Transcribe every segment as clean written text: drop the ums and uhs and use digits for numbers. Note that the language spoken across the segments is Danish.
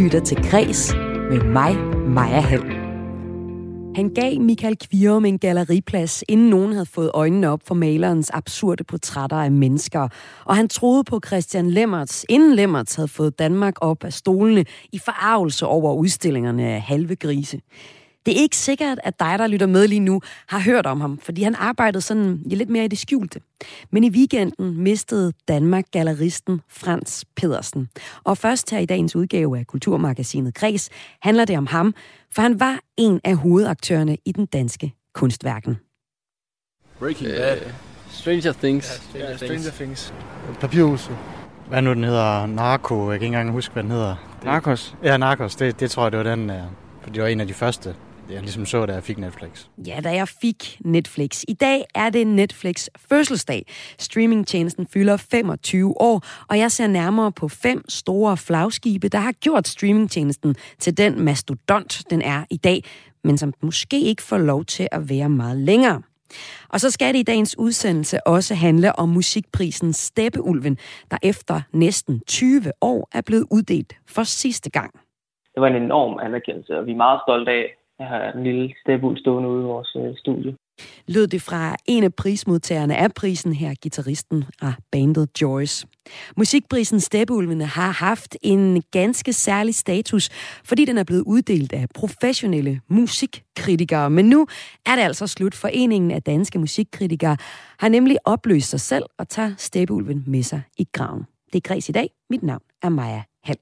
lytter til Græs med mig, Maja Hall. Han gav Michael Kvium en galleriplads, inden nogen havde fået øjnene op for malerens absurde portrætter af mennesker. Og han troede på Christian Lemmertz, inden Lemmertz havde fået Danmark op af stolene i forarvelse over udstillingerne af halve grise. Det er ikke sikkert, at dig, der lytter med lige nu, har hørt om ham, fordi han arbejdede sådan lidt mere i det skjulte. Men i weekenden mistede Danmark galleristen Frans Pedersen. Og først her i dagens udgave af Kulturmagasinet Græs handler det om ham, for han var en af hovedaktørerne i den danske kunstverden. Breaking Bad. Stranger Things. Ja, Stranger Things. Papirhuset. Hvad nu den hedder? Narco. Jeg kan ikke engang huske, hvad den hedder. Narcos. Ja, Narcos. Det tror jeg, det var den. For det var en af de første, jeg ligesom så, da jeg fik Netflix. Ja, da jeg fik Netflix. I dag er det Netflix fødselsdag. Streamingtjenesten fylder 25 år, og jeg ser nærmere på 5 store flagskibe, der har gjort streamingtjenesten til den mastodont, den er i dag, men som måske ikke får lov til at være meget længere. Og så skal det i dagens udsendelse også handle om musikprisen Steppeulven, der efter næsten 20 år er blevet uddelt for sidste gang. Det var en enorm anerkendelse, og vi er meget stolte af at have en lille steppeulv stående ude i vores studie. Lød det fra en af prismodtagerne af prisen her, guitaristen af bandet Joyce. Musikprisen Steppeulvene har haft en ganske særlig status, fordi den er blevet uddelt af professionelle musikkritikere. Men nu er det altså slut. Foreningen af danske musikkritikere har nemlig opløst sig selv og tager Steppeulven med sig i graven. Det er Græs i dag. Mit navn er Maja Hall.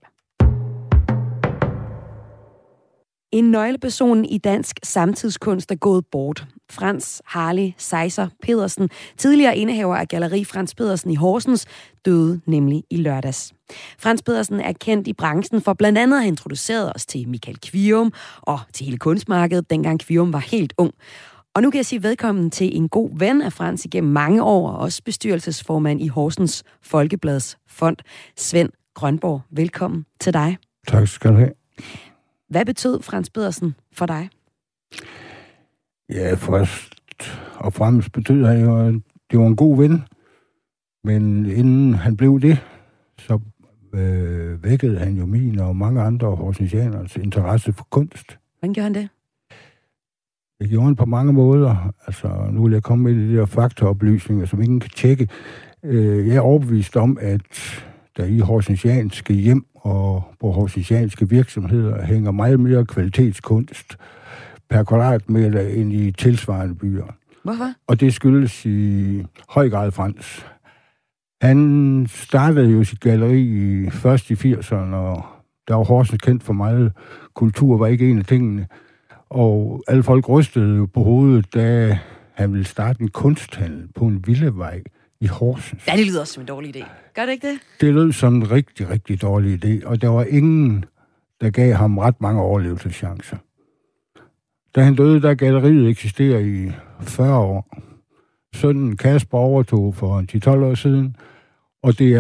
En nøgleperson i dansk samtidskunst er gået bort. Frans Harli Seiser Pedersen, tidligere indehaver af Galleri Frans Pedersen i Horsens, døde nemlig i lørdags. Frans Pedersen er kendt i branchen for blandt andet at have introduceret os til Michael Kvium og til hele kunstmarkedet, dengang Kvium var helt ung. Og nu kan jeg sige velkommen til en god ven af Frans igennem mange år, og også bestyrelsesformand i Horsens Folkeblads Fond, Svend Grønborg. Velkommen til dig. Tak skal du have. Hvad betød Frans Pedersen for dig? Ja, først og fremmest betød han jo, at det var en god ven. Men inden han blev det, så vækkede han jo min og mange andre horsensianernes interesse for kunst. Hvordan gjorde han det? Det gjorde han på mange måder. Altså, nu vil jeg komme med de der faktaoplysninger, som ingen kan tjekke. Jeg er overbevist om, at der i horsensianske hjem og på horsensianske virksomheder hænger meget mere kvalitetskunst per kvadratmeter end i tilsvarende byer. Hvorfor? Og det skyldes i høj grad Frans. Han startede jo sit galleri først i 80'erne, og der var Horsens kendt for meget. Kultur var ikke en af tingene. Og alle folk rystede jo på hovedet, da han ville starte en kunsthandel på en villevej i Horsens. Ja, det lyder også som en dårlig idé. Gør det ikke det? Det lød som en rigtig, rigtig dårlig idé, og der var ingen, der gav ham ret mange overlevelseschancer. Da han døde, der galleriet eksisterer i 40 år. Sønnen Kasper overtog for 10-12 år siden, og det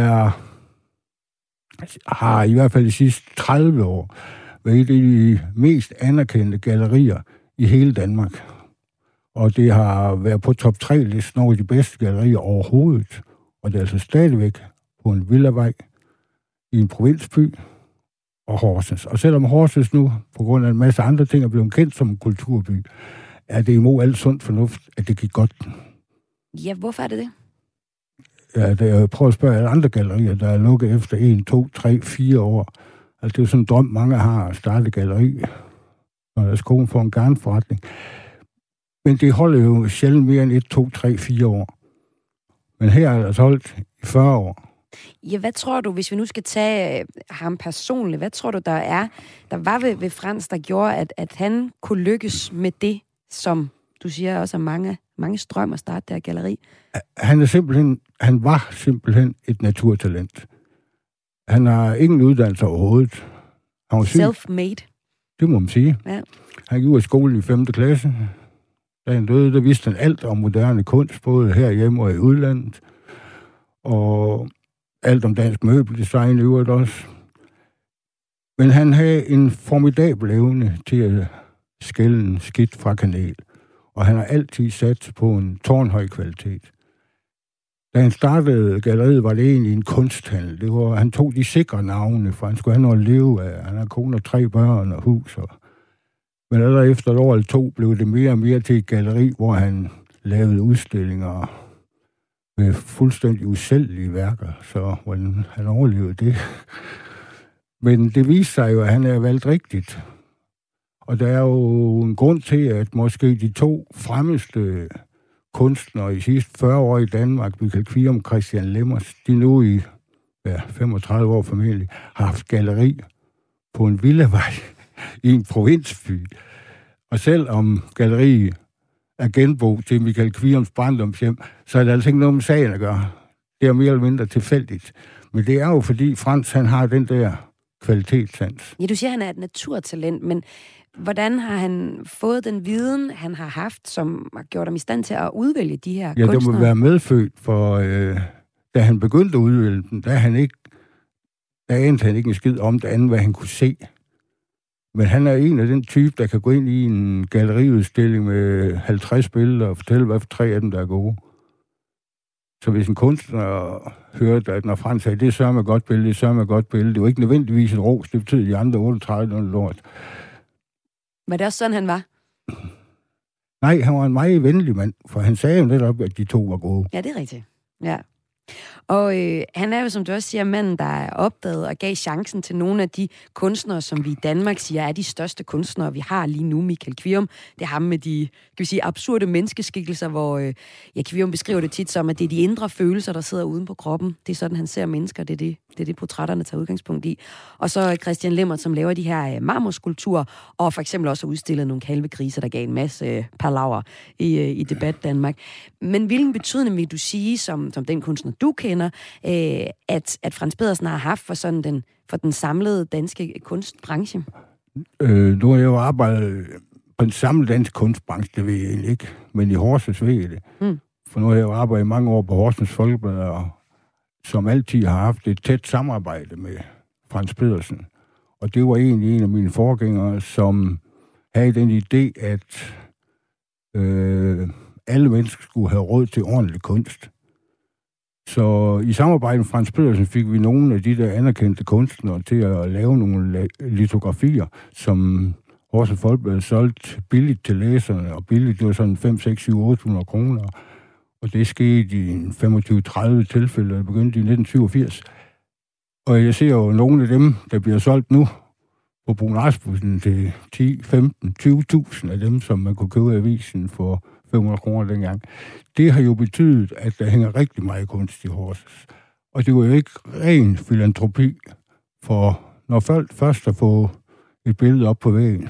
har i hvert fald de sidste 30 år været et af de mest anerkendte gallerier i hele Danmark. Og det har været på top 3-listen over de bedste gallerier overhovedet. Og det er altså stadigvæk på en villavej i en provinsby og Horsens. Og selvom Horsens nu, på grund af en masse andre ting, er blevet kendt som en kulturby, er det imod alt sundt fornuft, at det gik godt. Ja, hvorfor er det det? Ja, jeg prøver at spørge alle andre gallerier, der er lukket efter 1, 2, 3, 4 år. Altså, det er jo sådan en drøm, mange har at starte galleri, når deres kone får en garnforretning. Men det holder jo sjældent mere end 1, 2, 3, 4 år. Men her er det altså holdt i 40 år. Ja, hvad tror du, hvis vi nu skal tage ham personligt, hvad tror du, der var ved Frans, der gjorde, at han kunne lykkes med det, som du siger også er mange strøm at starte der galleri? Han var simpelthen et naturtalent. Han har ingen uddannelse overhovedet. Han var Self-made. Det må man sige. Ja. Han gik ud af skolen i 5. klasse. Da han døde, der vidste han alt om moderne kunst, både herhjemme og i udlandet. Og alt om dansk møbeldesign i øvrigt også. Men han havde en formidabel evne til at skelne skidt fra kanel. Og han har altid sat på en tårnhøj kvalitet. Da han startede galleriet, var det egentlig en kunsthandel. Han tog de sikre navne, for han skulle have noget at leve af. Han har kone og 3 børn og hus. Men allerede efter et år eller 2 blev det mere og mere til et galleri, hvor han lavede udstillinger med fuldstændig usælgelige værker. Så han overlevede det. Men det viste sig jo, at han er valgt rigtigt. Og der er jo en grund til, at måske de 2 fremmeste kunstnere i sidste 40 år i Danmark, Michael Kvium og Christian Lemmers, de nu i 35 år formentlig, har haft galleri på en villavej i en provinsby. Og selvom galleri er genbrug til Michael Kviums barndomshjem, så er det altså ikke noget med sagen at gøre. Det er mere eller mindre tilfældigt. Men det er jo fordi Frans, han har den der kvalitetssans. Ja, du siger, at han er et naturtalent, men hvordan har han fået den viden, han har haft, som har gjort ham i stand til at udvælge de her kunstnere? Ja, det må være medfødt, for da han begyndte at udvælge dem, der anede han ikke en skid om det andet, hvad han kunne se. Men han er en af den type, der kan gå ind i en galleriudstilling med 50 billeder og fortælle, hvad for 3 af dem, der er gode. Så hvis en kunstner hørte, at når Frans sagde, det er sørme et godt billede, det er sørme et godt billede, det var ikke nødvendigvis et ros, det betyder de andre 38 noget lort. Var det også sådan, han var? Nej, han var en meget venlig mand, for han sagde jo netop, at de 2 var gode. Ja, det er rigtigt. Ja. Og han er jo, som du også siger, manden, der er opdaget og gav chancen til nogle af de kunstnere, som vi i Danmark siger er de største kunstnere, vi har lige nu. Michael Kvium, det er ham med de, kan vi sige, absurde menneskeskikkelser, hvor Kvium beskriver det tit som, at det er de indre følelser, der sidder uden på kroppen. Det er sådan, han ser mennesker, det er det portrætterne tager udgangspunkt i. Og så Christian Lemmert, som laver de her marmorskulpturer, og for eksempel også har udstillet nogle kalvegriser, der gav en masse palaver i Debat Danmark. Men hvilken betydning vil du sige, som den kunstner, du kender, at Frans Pedersen har haft for den samlede danske kunstbranche? Nu har jeg jo arbejdet på den samlede danske kunstbranche, det ved jeg egentlig ikke, men i Horsens ved jeg det. For nu har jeg jo arbejdet i mange år på Horsens Folkeblad, og som altid har haft et tæt samarbejde med Frans Pedersen. Og det var egentlig en af mine forgængere, som havde den idé, at alle mennesker skulle have råd til ordentlig kunst. Så i samarbejde med Frans Pedersen fik vi nogle af de der anerkendte kunstnere til at lave nogle litografier, som Horsens Folkeblad solgte billigt til læserne, og billigt, det var sådan 5, 6, 7, 800 kroner. Og det skete i 25-30 tilfælde, og det begyndte i 1987. Og jeg ser jo nogle af dem, der bliver solgt nu på Brun Rasmussen til 10, 15, 20.000 af dem, som man kunne købe i avisen for 500 kroner dengang. Det har jo betydet, at der hænger rigtig meget kunst i Horsens. Og det var jo ikke ren filantropi, for når folk først har fået et billede op på væggen,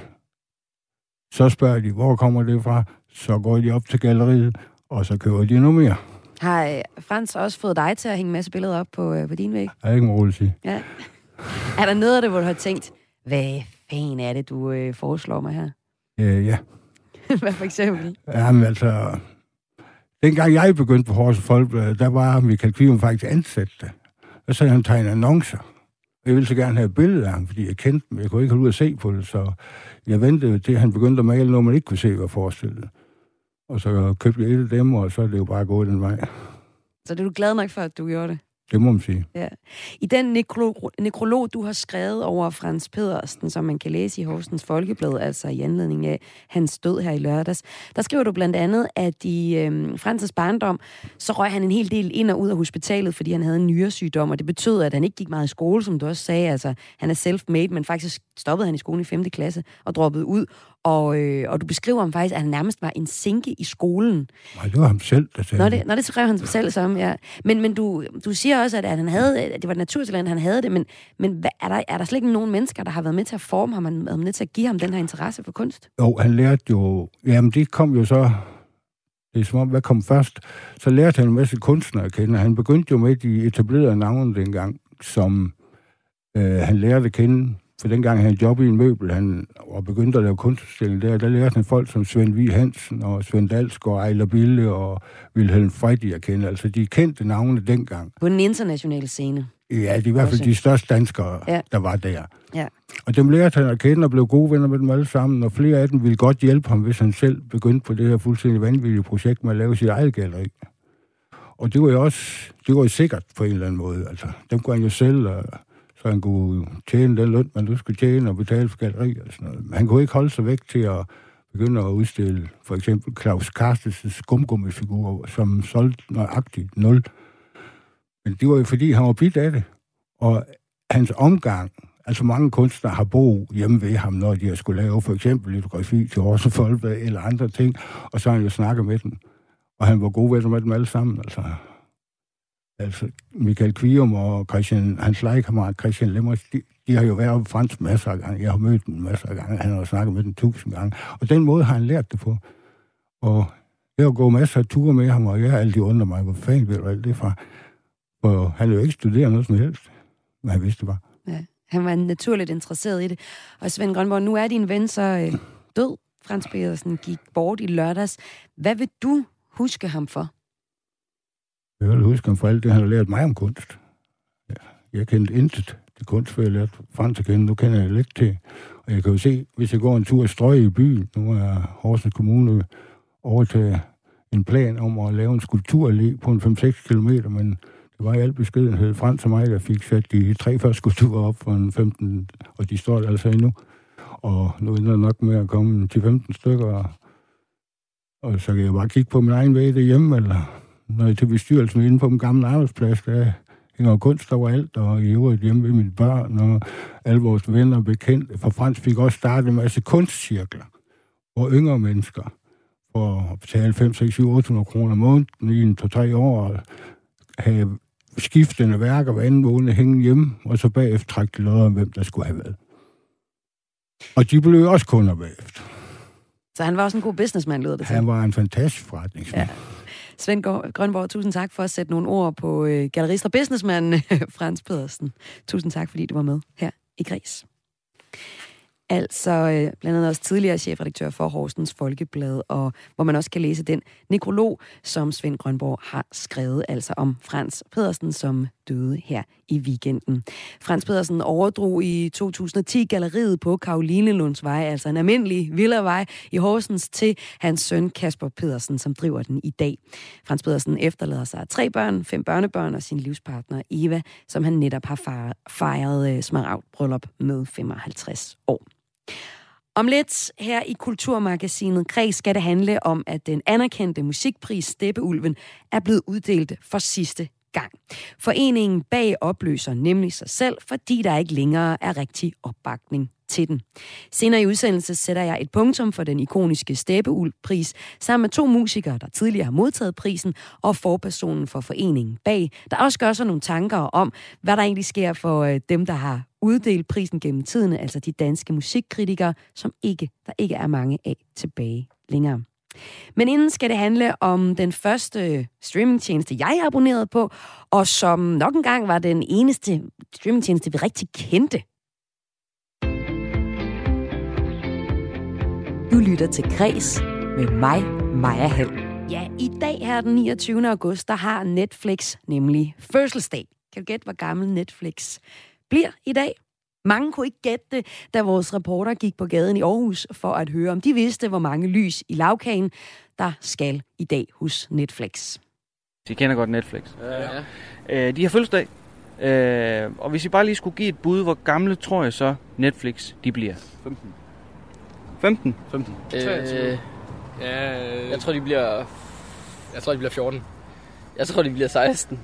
så spørger de, hvor kommer det fra? Så går de op til galleriet, og så køber de noget mere. Har Frans også fået dig til at hænge en masse billeder op på din væg? Jeg ikke må roligt sige. Ja. Er der noget af det, hvor du har tænkt, hvad fanden er det, du foreslår mig her? Ja. Hvad for eksempel? Jamen altså, dengang jeg begyndte på Horsens Folkeblad, der var Michael Kvium faktisk ansat der. Og så havde han tegnet annoncer. Jeg ville så gerne have billeder af ham, fordi jeg kendte dem. Jeg kunne ikke holde ud at se på det, så jeg ventede til, at han begyndte at male noget, man ikke kunne se, hvad forestillet. Og så købte jeg et af dem, og så er det jo bare gået den vej. Så det er du glad nok for, at du gjorde det? Det må man sige. Ja. I den nekrolog, du har skrevet over Frans Pedersen, som man kan læse i Horsens Folkeblad, altså i anledning af hans død her i lørdags, der skriver du blandt andet, at i Frans' barndom, så røg han en hel del ind og ud af hospitalet, fordi han havde en nyresygdom, og det betød, at han ikke gik meget i skole, som du også sagde. Altså, han er self-made, men faktisk stoppede han i skolen i 5. klasse og droppede ud. Og du beskriver ham faktisk, at han nærmest var en sinke i skolen. Nej, det var ham selv, der sagde det. Nå, det skrev han selv som, ja. Men du siger også, at han havde, det var et naturtalent, han havde det, men er der slet ikke nogen mennesker, der har været med til at forme ham, og været med til at give ham den her interesse for kunst? Jo, han lærte jo, jamen det kom jo så, det er som om, hvad kom først? Så lærte han en masse kunstnere at kende. Han begyndte jo med de etablerede navne dengang, som han lærte at kende. For dengang han jobbede i en møbel, han var begyndt at lave kunstudstilling der lærte han folk som Svend Vig Hansen og Svend Dalsgaard, Ejler Bille og Wilhelm Freddy at kende. Altså de kendte navne dengang. På den internationale scene. Ja, det er i hvert fald de største danskere, der var der. Ja. Og dem lærte han at kende og blev gode venner med dem alle sammen, og flere af dem ville godt hjælpe ham, hvis han selv begyndte på det her fuldstændig vanvittige projekt med at lave sit eget galleri. Og det var jo sikkert på en eller anden måde. Altså, dem kunne han jo selv, så han kunne tjene den løn, man nu skulle tjene og betale for galleri og sådan noget. Men han kunne ikke holde sig væk til at begynde at udstille for eksempel Claus Carstens skumgummifigur, som solgte nøjagtigt 0. Men det var jo fordi, han var bidt af det. Og hans omgang, altså mange kunstnere har boet hjemme ved ham, når de har skulle lave for eksempel litografi til Aarhus Folkblad eller andre ting, og så har han jo snakket med dem. Og han var god ved med dem alle sammen, altså Michael Kvium og hans legekammerat Christian Lemmers, de har jo været fransk masser af gange. Jeg har mødt dem masser af gange. Han har snakket med dem 1000 gange. Og den måde har han lært det på. Og jeg har gået masser af ture med ham, og jeg har altid undret mig, hvor fanden ved du alt det fra. For han jo ikke studeret noget som helst, men han vidste det bare. Ja, han var naturligt interesseret i det. Og Svend Grønborg, nu er din ven så død. Frans Petersen gik bort i lørdags. Hvad vil du huske ham for? Jeg vil huske ham for alt det, han har lært mig om kunst. Ja, jeg kendte intet til kunst, før jeg lærte Frans at kende. Nu kender jeg lidt til. Og jeg kan jo se, hvis jeg går en tur i Strøg i byen, nu er Horsens Kommune overtaget en plan om at lave en skulpturallé på en 5-6 kilometer, men det var i al beskedenhed Frans og mig, der fik sat de 3 første skulpturer op for en 15, og de står der altså endnu. Og nu ender det nok med at komme til 15 stykker, og så kan jeg bare kigge på min egen væg derhjemme, eller når jeg er til bestyrelsen inde på min gamle arbejdsplads, der hænger kunst overalt, og i øvrigt hjemme ved mine børn, og alle vores venner bekendte. For Frans fik også startet en masse kunstcirkler, hvor yngre mennesker for at betale 5, 6, 7, 800 kroner om måneden i en 2-3 år, og have skiftende værker hver anden måned hænge hjemme, og så bagefter trække de lodder om, hvem der skulle have været. Og de blev også kunder bagefter. Så han var også en god businessman, lyder det til. Han var en fantastisk forretningsmand. Ja. Svend Grønborg, tusind tak for at sætte nogle ord på gallerist og businessmanden Frans Petersen. Tusind tak, fordi du var med her i Græs. Altså blandt andet også tidligere chefredaktør for Horsens Folkeblad, og hvor man også kan læse den nekrolog, som Svend Grønborg har skrevet, altså om Frans Petersen, som døde her i weekenden. Frans Petersen overdrog i 2010 galleriet på Karolinelundsvej, altså en almindelig villavej i Horsens, til hans søn Kasper Petersen, som driver den i dag. Frans Petersen efterlader sig 3 børn, 5 børnebørn og sin livspartner Eva, som han netop har fejret smaragdbryllup med 55 år. Om lidt her i Kulturmagasinet Kreds skal det handle om, at den anerkendte musikpris Steppeulven er blevet uddelt for sidste gang. Foreningen bag opløser nemlig sig selv, fordi der ikke længere er rigtig opbakning til den. Senere i udsendelse sætter jeg et punktum for den ikoniske Steppeulv-pris sammen med 2 musikere, der tidligere har modtaget prisen, og forpersonen for foreningen bag, der også gør sig nogle tanker om, hvad der egentlig sker for dem, der har uddelt prisen gennem tiden, altså de danske musikkritikere, som der ikke er mange af tilbage længere. Men inden skal det handle om den første streamingtjeneste, jeg er abonneret på, og som nok engang var den eneste streamingtjeneste, vi rigtig kendte. Du lytter til Græs med mig, Maja Hall. Ja, i dag her den 29. august, der har Netflix nemlig fødselsdag. Kan du gætte, hvor gammel Netflix bliver i dag? Mange kunne ikke gætte det, da vores reporter gik på gaden i Aarhus for at høre, om de vidste, hvor mange lys i lagkagen, der skal i dag hos Netflix. De kender godt Netflix. Ja. De har fødselsdag. Og hvis I bare lige skulle give et bud, hvor gamle tror jeg så Netflix de bliver? 15. 15? 15. 23. Jeg tror, de bliver 14. Jeg tror, de bliver 16.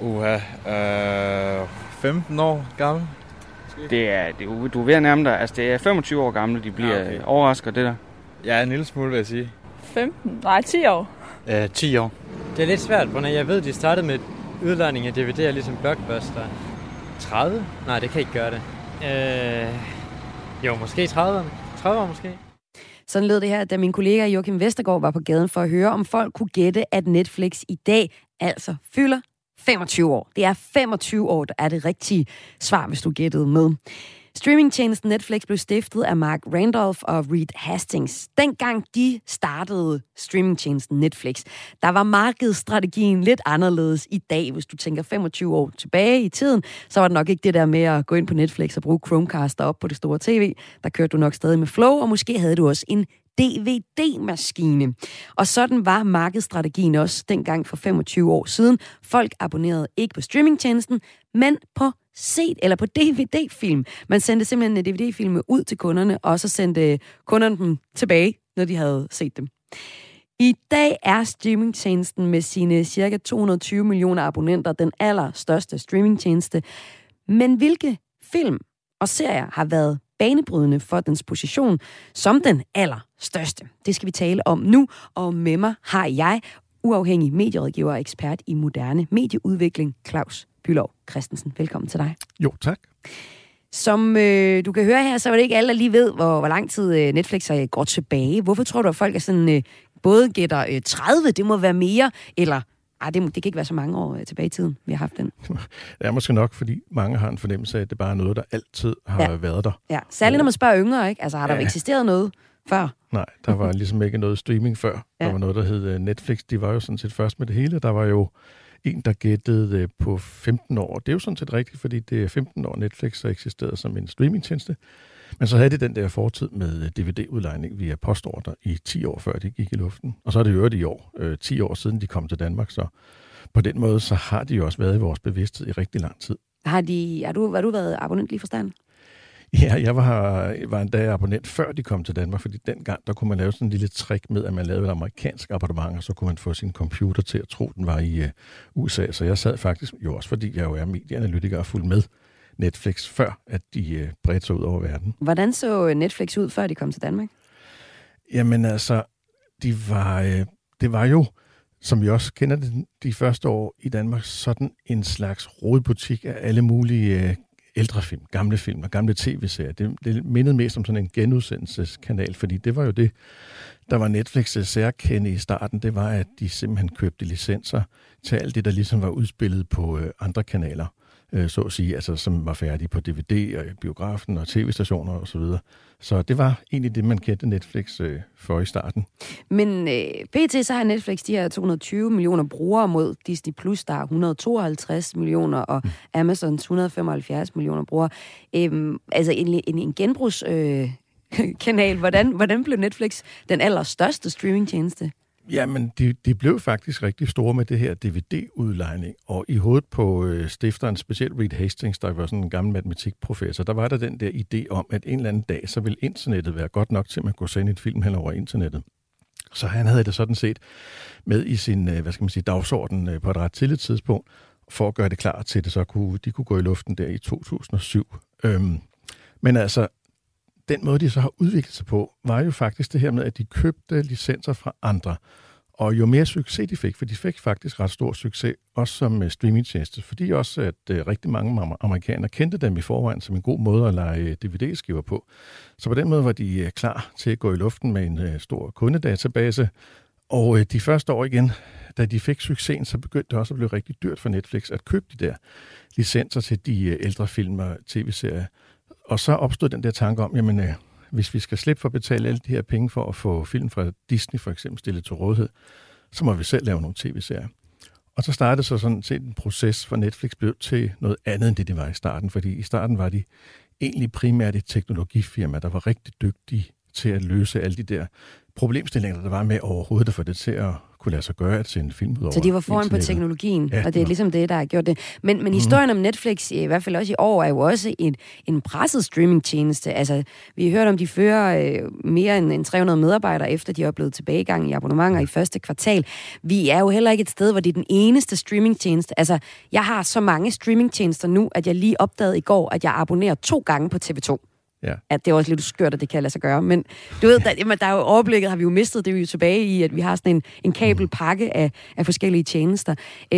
15 år gammel. Du er ved at nærme dig. Altså, det er 25 år gamle, de bliver. Okay. Overrasker det der? Ja, en lille smule, vil jeg sige. 15? Nej, 10 år. 10 år. Det er lidt svært, for jeg ved, de startede med udlejning af DVD'er, ligesom Blockbuster. 30? Nej, det kan ikke gøre det. Jo, måske 30 år måske. Sådan lød det her, da min kollega Joachim Vestergaard var på gaden for at høre, om folk kunne gætte, at Netflix i dag altså fylder 25 år. Det er 25 år, der er det rigtige svar, hvis du gættede med. Streamingtjenesten Netflix blev stiftet af Mark Randolph og Reed Hastings. Dengang de startede streamingtjenesten Netflix, der var markedsstrategien lidt anderledes i dag. Hvis du tænker 25 år tilbage i tiden, så var det nok ikke det der med at gå ind på Netflix og bruge Chromecast op på det store tv. Der kørte du nok stadig med Flow, og måske havde du også en DVD-maskine. Og sådan var markedsstrategien også dengang for 25 år siden. Folk abonnerede ikke på streamingtjenesten, men på på DVD-film. Man sendte simpelthen DVD-filme ud til kunderne, og så sendte kunderne dem tilbage, når de havde set dem. I dag er streamingtjenesten med sine ca. 220 millioner abonnenter den allerstørste streamingtjeneste. Men hvilke film og serier har været banebrydende for dens position som den allerstørste? Det skal vi tale om nu, og med mig har jeg uafhængig medierådgiver og ekspert i moderne medieudvikling, Claus Bülow Christensen. Velkommen til dig. Jo, tak. Som du kan høre her, så er det ikke alle, der lige ved, hvor lang tid Netflix går tilbage. Hvorfor tror du, at folk er sådan, både gætter 30, det må være mere, eller det kan ikke være så mange år tilbage i tiden, vi har haft den? Det er måske nok, fordi mange har en fornemmelse af, at det bare er noget, der altid har været der. Ja, særligt når man spørger yngre, ikke? Altså har der eksisteret noget før? Nej, der var ligesom ikke noget streaming før. Ja. Der var noget, der hed Netflix. De var jo sådan set først med det hele. Der var jo en, der gættede på 15 år. Det er jo sådan set rigtigt, fordi det er 15 år Netflix har eksisteret som en streamingtjeneste. Men så havde de den der fortid med DVD-udlejning via postordre i 10 år før de gik i luften. Og så er det jo i år, 10 år siden de kom til Danmark. Så på den måde, så har de jo også været i vores bevidsthed i rigtig lang tid. Har du været abonnent lige fra starten? Ja, jeg var endda abonnent, før de kom til Danmark, fordi dengang, der kunne man lave sådan en lille trick med, at man lavede et amerikansk abonnement, og så kunne man få sin computer til at tro, den var i USA. Så jeg sad faktisk, jo også fordi jeg jo er medieanalytiker, og fulgte med Netflix, før at de bredte sig ud over verden. Hvordan så Netflix ud, før de kom til Danmark? Jamen altså, det var jo, som vi også kender det, de første år i Danmark, sådan en slags rodebutik af alle mulige ældre film, gamle film og gamle tv-serier. Det mindede mest om sådan en genudsendelseskanal, fordi det var jo det, der var Netflix' særkende i starten. Det var, at de simpelthen købte licenser til alt det, der ligesom var udspillet på andre kanaler, så at sige, altså som var færdige på DVD og biografen og tv-stationer og så videre. Så det var egentlig det, man kendte Netflix for i starten. Men pt. Så har Netflix de her 220 millioner brugere mod Disney+, der er 152 millioner, og Amazons 175 millioner brugere. Altså en genbrugskanal. Hvordan blev Netflix den allerstørste streamingtjeneste? Jamen, de blev faktisk rigtig store med det her DVD-udlejning, og i hovedet på stifteren, specielt Reed Hastings, der var sådan en gammel matematikprofessor, der var der den der idé om, at en eller anden dag, så ville internettet være godt nok til, at man kunne sende en film hen over internettet. Så han havde det sådan set med i sin, dagsorden på et ret tidligt tidspunkt, for at gøre det klar til det, så de kunne gå i luften der i 2007. Men altså, den måde, de så har udviklet sig på, var jo faktisk det her med, at de købte licenser fra andre. Og jo mere succes de fik, for de fik faktisk ret stor succes, også som streamingtjeneste, fordi også, at rigtig mange amerikanere kendte dem i forvejen som en god måde at lege DVD-skiver på. Så på den måde var de klar til at gå i luften med en stor kundedatabase. Og de første år igen, da de fik succesen, så begyndte det også at blive rigtig dyrt for Netflix at købe de der licenser til de ældre film og tv-serier. Og så opstod den der tanke om, jamen, hvis vi skal slippe for at betale alle de her penge for at få film fra Disney for eksempel stillet til rådighed, så må vi selv lave nogle tv-serier. Og så startede så sådan set en proces, hvor Netflix blev til noget andet end det, de var i starten. Fordi i starten var de egentlig primært et teknologifirma, der var rigtig dygtige til at løse alle de der problemstillinger, der var med overhovedet at få det til at kunne lade sig gøre at sende film ud over. Så de var foran på teknologien, ja, og det er ligesom det, der har gjort det. Men historien om Netflix, i hvert fald også i år, er jo også en presset streamingtjeneste. Altså, vi har hørt om, de fører mere end 300 medarbejdere, efter de er blevet tilbagegang i abonnementer i første kvartal. Vi er jo heller ikke et sted, hvor det er den eneste streamingtjeneste. Altså, jeg har så mange streamingtjenester nu, at jeg lige opdagede i går, at jeg abonnerer 2 gange på TV2. Ja. At det er også lidt skørt, at det kan lade sig gøre. Men du ved, der er jo overblikket, har vi jo mistet. Det er jo tilbage i, at vi har sådan en kabelpakke af forskellige tjenester.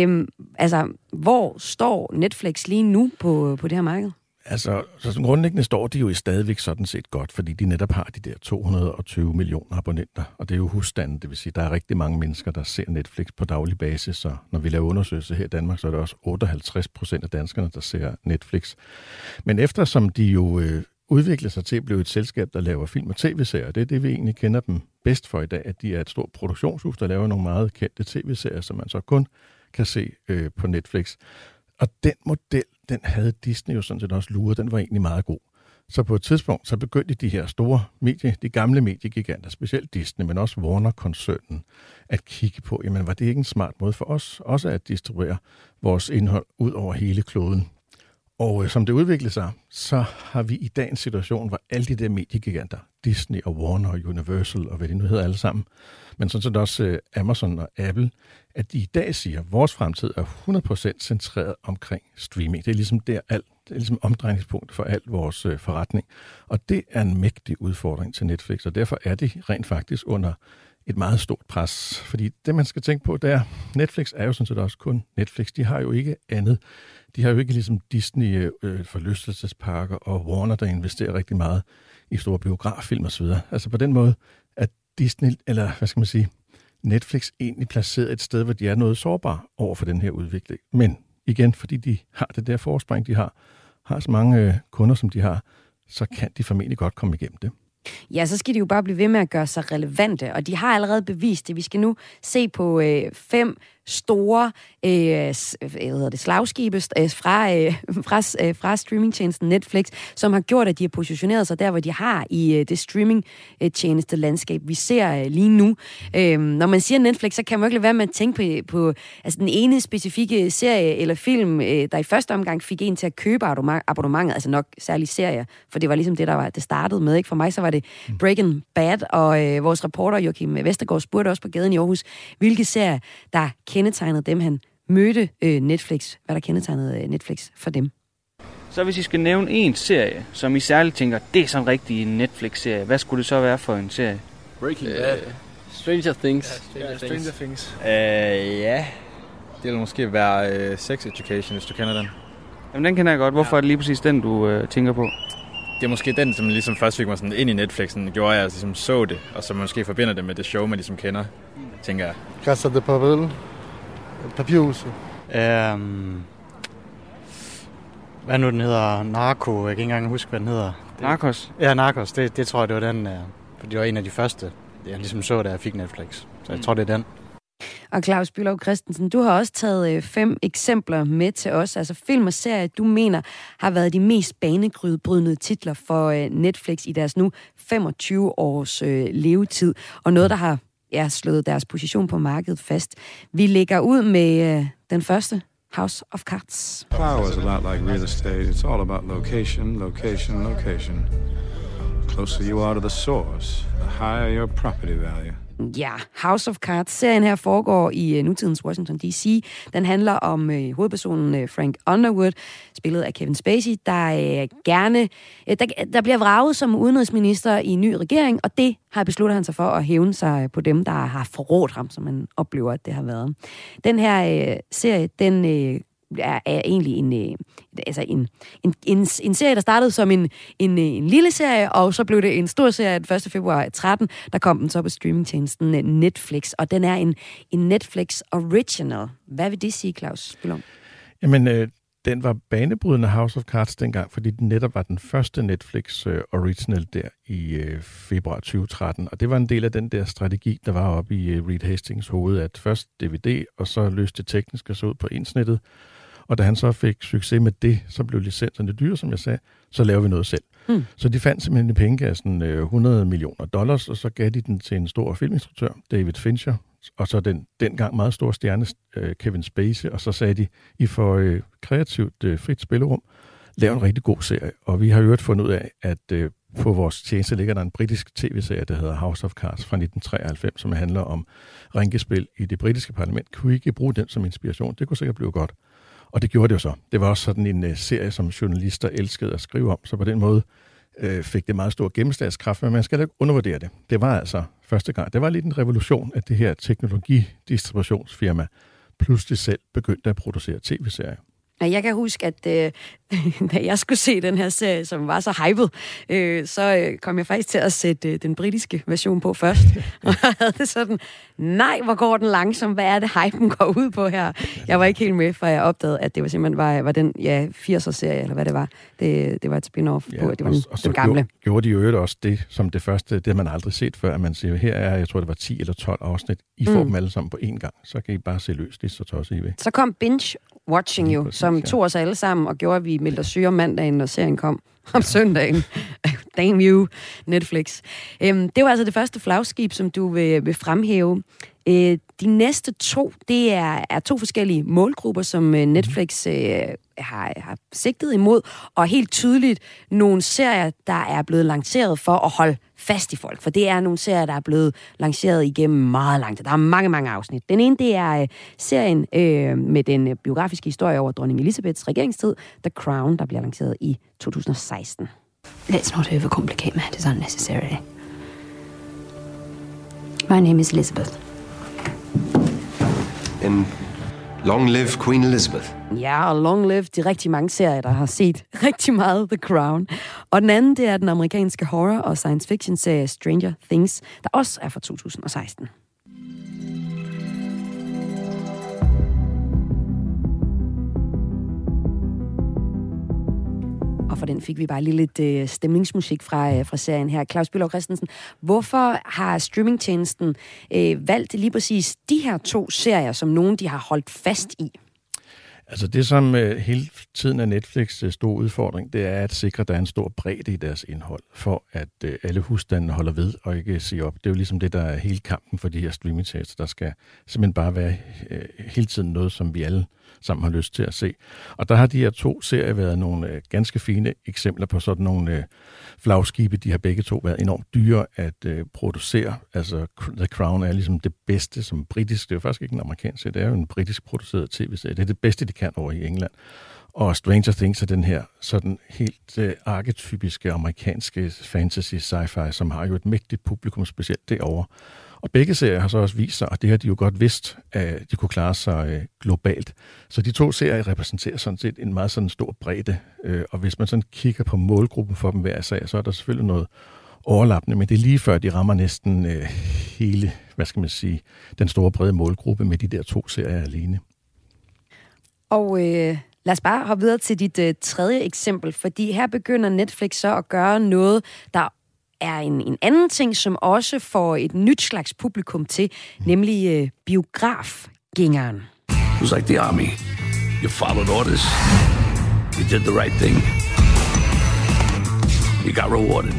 Altså, hvor står Netflix lige nu på det her marked? Altså, så grundlæggende står de jo stadigvæk sådan set godt, fordi de netop har de der 220 millioner abonnenter, og det er jo husstanden, det vil sige, der er rigtig mange mennesker, der ser Netflix på daglig basis, så når vi laver undersøgelser her i Danmark, så er det også 58% af danskerne, der ser Netflix. Men eftersom de jo udvikler sig til at blive et selskab, der laver film og tv-serier, det er det, vi egentlig kender dem bedst for i dag, at de er et stort produktionshus, der laver nogle meget kendte tv-serier, som man så kun kan se på Netflix. Og den model, den havde Disney jo sådan set også luret, den var egentlig meget god. Så på et tidspunkt, så begyndte de her store de gamle mediegiganter, specielt Disney, men også Warner-koncernen, at kigge på, jamen var det ikke en smart måde for os også at distribuere vores indhold ud over hele kloden? Og som det udviklede sig, så har vi i dag en situation, hvor alle de der mediegiganter, Disney og Warner og Universal og hvad det nu hedder alle sammen, men sådan set også Amazon og Apple, at de i dag siger, at vores fremtid er 100% centreret omkring streaming. Det er ligesom det er ligesom omdrejningspunkt for al vores forretning. Og det er en mægtig udfordring til Netflix, og derfor er de rent faktisk under et meget stort pres. Fordi det, man skal tænke på, det er, Netflix er jo sådan set også kun Netflix. De har jo ikke andet. De har jo ikke ligesom Disney forlystelsesparker og Warner, der investerer rigtig meget i store biograffilm og så videre. Altså på den måde, at Disney, eller hvad skal man sige, Netflix egentlig placeret et sted, hvor de er noget sårbare over for den her udvikling. Men igen, fordi de har det der forspring, de har så mange kunder, som de har, så kan de formentlig godt komme igennem det. Ja, så skal de jo bare blive ved med at gøre sig relevante, og de har allerede bevist det. Vi skal nu se på 5 store slagskibe fra streamingtjenesten Netflix, som har gjort, at de har positioneret sig der, hvor de har i det streamingtjeneste-landskab, vi ser lige nu. Når man siger Netflix, så kan man jo ikke lade være med at tænke på altså den ene specifikke serie eller film, der i første omgang fik en til at købe abonnementet, altså nok særlig serier, for det var ligesom det startede med. Ikke? For mig så var det Breaking Bad, og vores reporter Joachim Vestergaard spurgte også på gaden i Aarhus, hvilke serier, der kendetegnede dem, han mødte Netflix. Hvad der kendetegnede Netflix for dem? Så hvis I skal nævne en serie, som I særligt tænker, det er sådan en rigtig Netflix-serie, hvad skulle det så være for en serie? Breaking Bad. Stranger Things. Stranger Things. Ja, det vil måske være Sex Education, hvis du kender den. Jamen den kender jeg godt. Hvorfor er det lige præcis den, du tænker på? Det er måske den, som ligesom først fik mig sådan ind i Netflixen, gjorde jeg ligesom så det, og så måske forbinder det med det show, man ligesom kender, tænker jeg. Casa de Papel. Papirhuset. Hvad nu den hedder? Narco. Jeg kan ikke engang huske, hvad den hedder. Narcos? Ja, Narcos. Det tror jeg, det var den. For det var en af de første, jeg ligesom så, da jeg fik Netflix. Så jeg tror, det er den. Og Claus Bülow Christensen, du har også taget 5 eksempler med til os. Altså film og serier, du mener har været de mest banebrydende titler for Netflix i deres nu 25 års levetid. Og noget, der har slået deres position på markedet fast. Vi lægger ud med den første, House of Cards. Power is a lot like real estate. It's all about location, location, location. The closer you are to the source, the higher your property value. Ja, House of Cards. Serien her foregår i nutidens Washington D.C. Den handler om hovedpersonen Frank Underwood, spillet af Kevin Spacey, der bliver vraget som udenrigsminister i en ny regering, og det har besluttet han sig for at hævne sig på dem, der har forrådt ham, som man oplever, at det har været. Den her serie, den er egentlig en serie, der startede som en lille serie, og så blev det en stor serie den 1. februar 13. Der kom den så på streamingtjenesten Netflix, og den er en Netflix original. Hvad vil det sige, Claus Bülow? Jamen, den var banebrydende, House of Cards dengang, fordi den netop var den første Netflix original der i februar 2013, og det var en del af den der strategi, der var oppe i Reed Hastings hoved, at først DVD, og så løste det tekniske så ud på internettet. Og da han så fik succes med det, så blev licenserne dyre, som jeg sagde, så laver vi noget selv. Så de fandt simpelthen i pengekassen $100 million, og så gav de den til en stor filminstruktør, David Fincher, og så den dengang meget store stjerne, Kevin Spacey, og så sagde de, I får kreativt frit spillerum, lav en rigtig god serie. Og vi har jo fundet ud af, at på vores tjeneste ligger der en britisk tv-serie, der hedder House of Cards fra 1993, som handler om rænkespil i det britiske parlament. Kunne vi ikke bruge den som inspiration? Det kunne sikkert blive godt. Og det gjorde det jo så. Det var også sådan en serie, som journalister elskede at skrive om, så på den måde fik det meget stor gennemslagskraft, men man skal da ikke undervurdere det. Det var altså første gang. Det var lidt en revolution, at det her teknologidistributionsfirma pludselig selv begyndte at producere tv-serier. Jeg kan huske, at da jeg skulle se den her serie, som var så hyped, så kom jeg faktisk til at sætte den britiske version på først. Og jeg havde det sådan, nej, hvor går den langsomt, hvad er det, hypen går ud på her? Jeg var ikke helt med, for jeg opdagede, at det var simpelthen var den 80'er-serie, eller hvad det var. Det var et spin-off på, det var den gamle. Gjorde de jo også det, som det første, det har man aldrig set før, at man siger, her er, jeg tror, det var 10 eller 12 afsnit. I får dem alle sammen på én gang, så kan I bare se løs, så tosset I ved. Så kom binge-watching jo, som tog os alle sammen og gjorde, at vi meldte os syge om mandagen, når serien kom. om søndagen. Damn you, Netflix. Det var altså det første flagskib, som du vil fremhæve. De næste 2, det er 2 forskellige målgrupper, som Netflix har sigtet imod, og helt tydeligt nogle serier, der er blevet lanceret for at holde fast i folk. For det er nogle serier, der er blevet lanceret igennem meget lang tid. Der er mange, mange afsnit. Den ene, det er serien med den biografiske historie over dronning Elizabeths regeringstid, The Crown, der bliver lanceret i 2016. Let's not overcomplicate matters unnecessarily. My name is Elizabeth. And long live Queen Elizabeth. Ja, og long live de rigtig mange serier, der har set rigtig meget The Crown. Og den anden, det er den amerikanske horror- og science fiction-serie Stranger Things, der også er fra 2016. Og for den fik vi bare lige lidt stemningsmusik fra serien her. Claus Bülow Christensen, hvorfor har streamingtjenesten valgt lige præcis de her 2 serier, som nogen de har holdt fast i? Altså det, som hele tiden er Netflix' store udfordring, det er at sikre, at der er en stor bredde i deres indhold, for at alle husstandene holder ved og ikke siger op. Det er jo ligesom det, der er hele kampen for de her streamingtjenester. Der skal simpelthen bare være hele tiden noget, som vi alle sammen har lyst til at se. Og der har de her 2 serier været nogle ganske fine eksempler på sådan nogle flagskibe. De har begge 2 været enormt dyre at producere. Altså The Crown er ligesom det bedste som britisk. Det er jo faktisk ikke en amerikansk serie, det er jo en britisk produceret tv-serie. Det er det bedste, de kan over i England. Og Stranger Things er den her sådan helt arketypiske amerikanske fantasy sci-fi, som har jo et mægtigt publikum, specielt derovre. Og begge serier har så også vist sig, og det har de jo godt vidst, at de kunne klare sig globalt. Så de 2 serier repræsenterer sådan set en meget sådan stor bredde. Og hvis man sådan kigger på målgruppen for dem hver sag, så er der selvfølgelig noget overlappende, men det er lige før, de rammer næsten hele, den store brede målgruppe med de der 2 serier alene. Og lad os bare hoppe videre til dit tredje eksempel, fordi her begynder Netflix så at gøre noget, der er en anden ting, som også får et nyt slags publikum til, nemlig biografgængeren. It was like the army. You followed orders. You did the right thing. You got rewarded.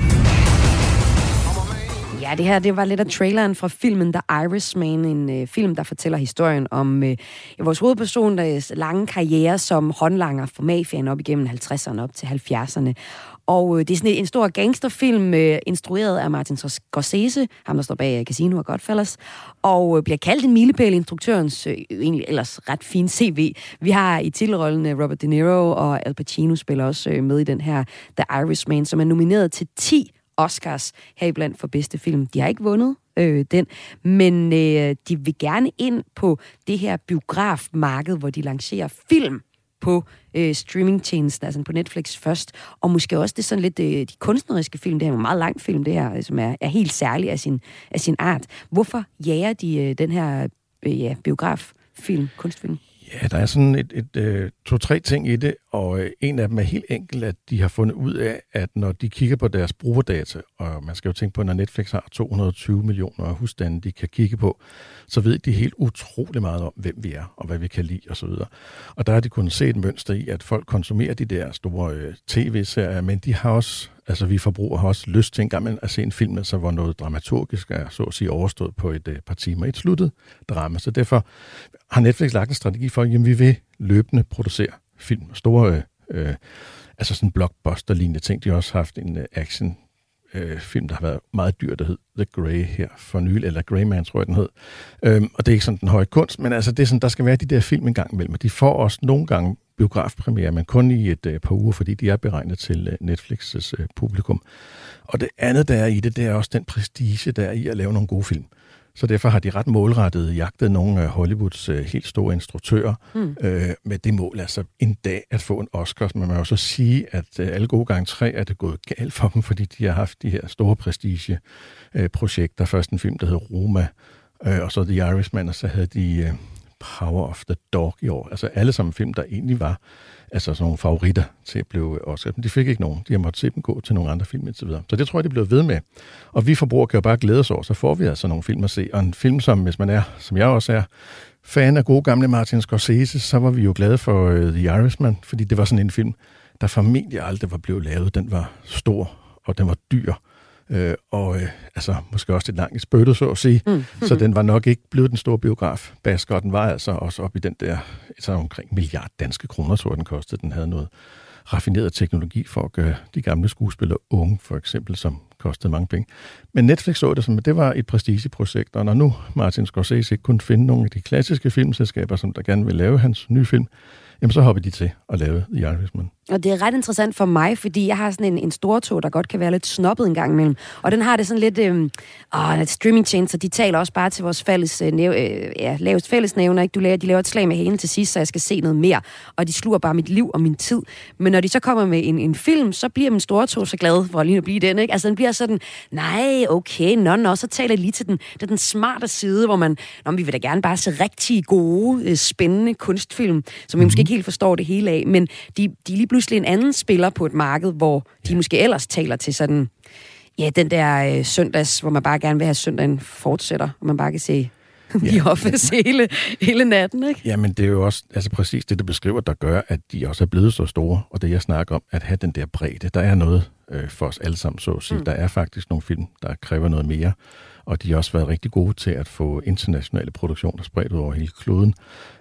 Ja, det her det var lidt af traileren fra filmen The Irishman, en film, der fortæller historien om vores hovedperson, der lange karriere som håndlanger for mafiaen op igennem 50'erne op til 70'erne. Og det er sådan en stor gangsterfilm, instrueret af Martin Scorsese, ham der står bag Casino og Godfellas, og bliver kaldt en milepæl, instruktørens egentlig ellers ret fin CV. Vi har i titelrollen Robert De Niro, og Al Pacino spiller også med i den her The Irishman, som er nomineret til 10 Oscars heriblandt for bedste film. De har ikke vundet den, men de vil gerne ind på det her biografmarked, hvor de lancerer film på streamingtjenesten, altså på Netflix først, og måske også det sådan lidt de kunstneriske film. Det er en meget lang film, det her, som er helt særlig af sin art. Hvorfor jager de den her biograffilm, kunstfilm? Ja, der er sådan 2-3 ting i det, og en af dem er helt enkelt, at de har fundet ud af, at når de kigger på deres brugerdata, og man skal jo tænke på, at når Netflix har 220 millioner husstande, de kan kigge på, så ved de helt utrolig meget om, hvem vi er, og hvad vi kan lide, osv. Og der har de kunnet se et mønster i, at folk konsumerer de der store tv-serier, men de har også, altså vi forbrugere har også lyst til en gang at se en film, altså, hvor noget dramaturgisk er, så at sige, overstået på et par timer i et sluttet drama. Så derfor har Netflix lagt en strategi for, at vi vil løbende producere film. Store, altså sådan blockbuster-lignende ting. De har også haft en action film, der har været meget dyr, der hed The Grey her for nylig, eller Grey Man, tror jeg, den hed. Og det er ikke sådan den høje kunst, men altså det er sådan, der skal være de der film en gang imellem. De får også nogle gange biografpremiere, men kun i et par uger, fordi de er beregnet til Netflix's publikum. Og det andet, der er i det, det er også den prestige, der er i at lave nogle gode film. Så derfor har de ret målrettet jagtet nogle af Hollywoods helt store instruktører med det mål, altså en dag at få en Oscar. Men man må jo så sige, at alle gode gange 3 er det gået galt for dem, fordi de har haft de her store prestigeprojekter. Først en film, der hed Roma, og så The Irishman, og så havde de Power of the Dog i år. Altså alle sammen film, der egentlig var altså sådan nogle favoritter til at blive Oscar. Men de fik ikke nogen. De har måttet se dem gå til nogle andre film og så videre. Så det tror jeg, de blev ved med. Og vi forbrugere kan jo bare glæde os over, så får vi altså nogle film at se. Og en film, som hvis man er, som jeg også er, fan af gode gamle Martin Scorsese, så var vi jo glade for The Irishman, fordi det var sådan en film, der formentlig aldrig var blevet lavet. Den var stor, og den var dyr. Altså måske også lidt langt i spyttet, så at sige. Så den var nok ikke blevet den store biograf. Basker, den var altså også op i den der, så omkring 1 milliard danske kroner, så den kostede. Den havde noget raffineret teknologi for at gøre de gamle skuespillere unge, for eksempel, som kostede mange penge. Men Netflix så det som, at det var et prestigeprojekt, og når nu Martin Scorsese ikke kunne finde nogle af de klassiske filmselskaber, som der gerne vil lave hans nye film, jamen så hopper de til at lave The Irishman. Og det er ret interessant for mig, fordi jeg har sådan en stortog, der godt kan være lidt snobbet en gang imellem. Og den har det sådan lidt, streamingtjenester, de taler også bare til vores lavest fællesnævner, ikke? De laver et slag med hælen til sidst, så jeg skal se noget mere. Og de sluger bare mit liv og min tid. Men når de så kommer med en film, så bliver min stortog så glad for lige at blive den, ikke? Altså den bliver sådan, nej, okay, så taler de lige til den smarte side, hvor vi vil da gerne bare se rigtig gode, spændende kunstfilm, som vi måske ikke helt forstår det hele af, men de er lige pludselig en anden spiller på et marked, hvor de måske ellers taler til sådan, den der søndags, hvor man bare gerne vil have søndagen fortsætter, og man bare kan se The Office hele natten, ikke? Jamen, det er jo også præcis det, du beskriver, der gør, at de også er blevet så store, og det jeg snakker om, at have den der bredde, der er noget for os alle sammen, så at sige. Der er faktisk nogle film, der kræver noget mere, og de har også været rigtig gode til at få internationale produktioner spredt ud over hele kloden.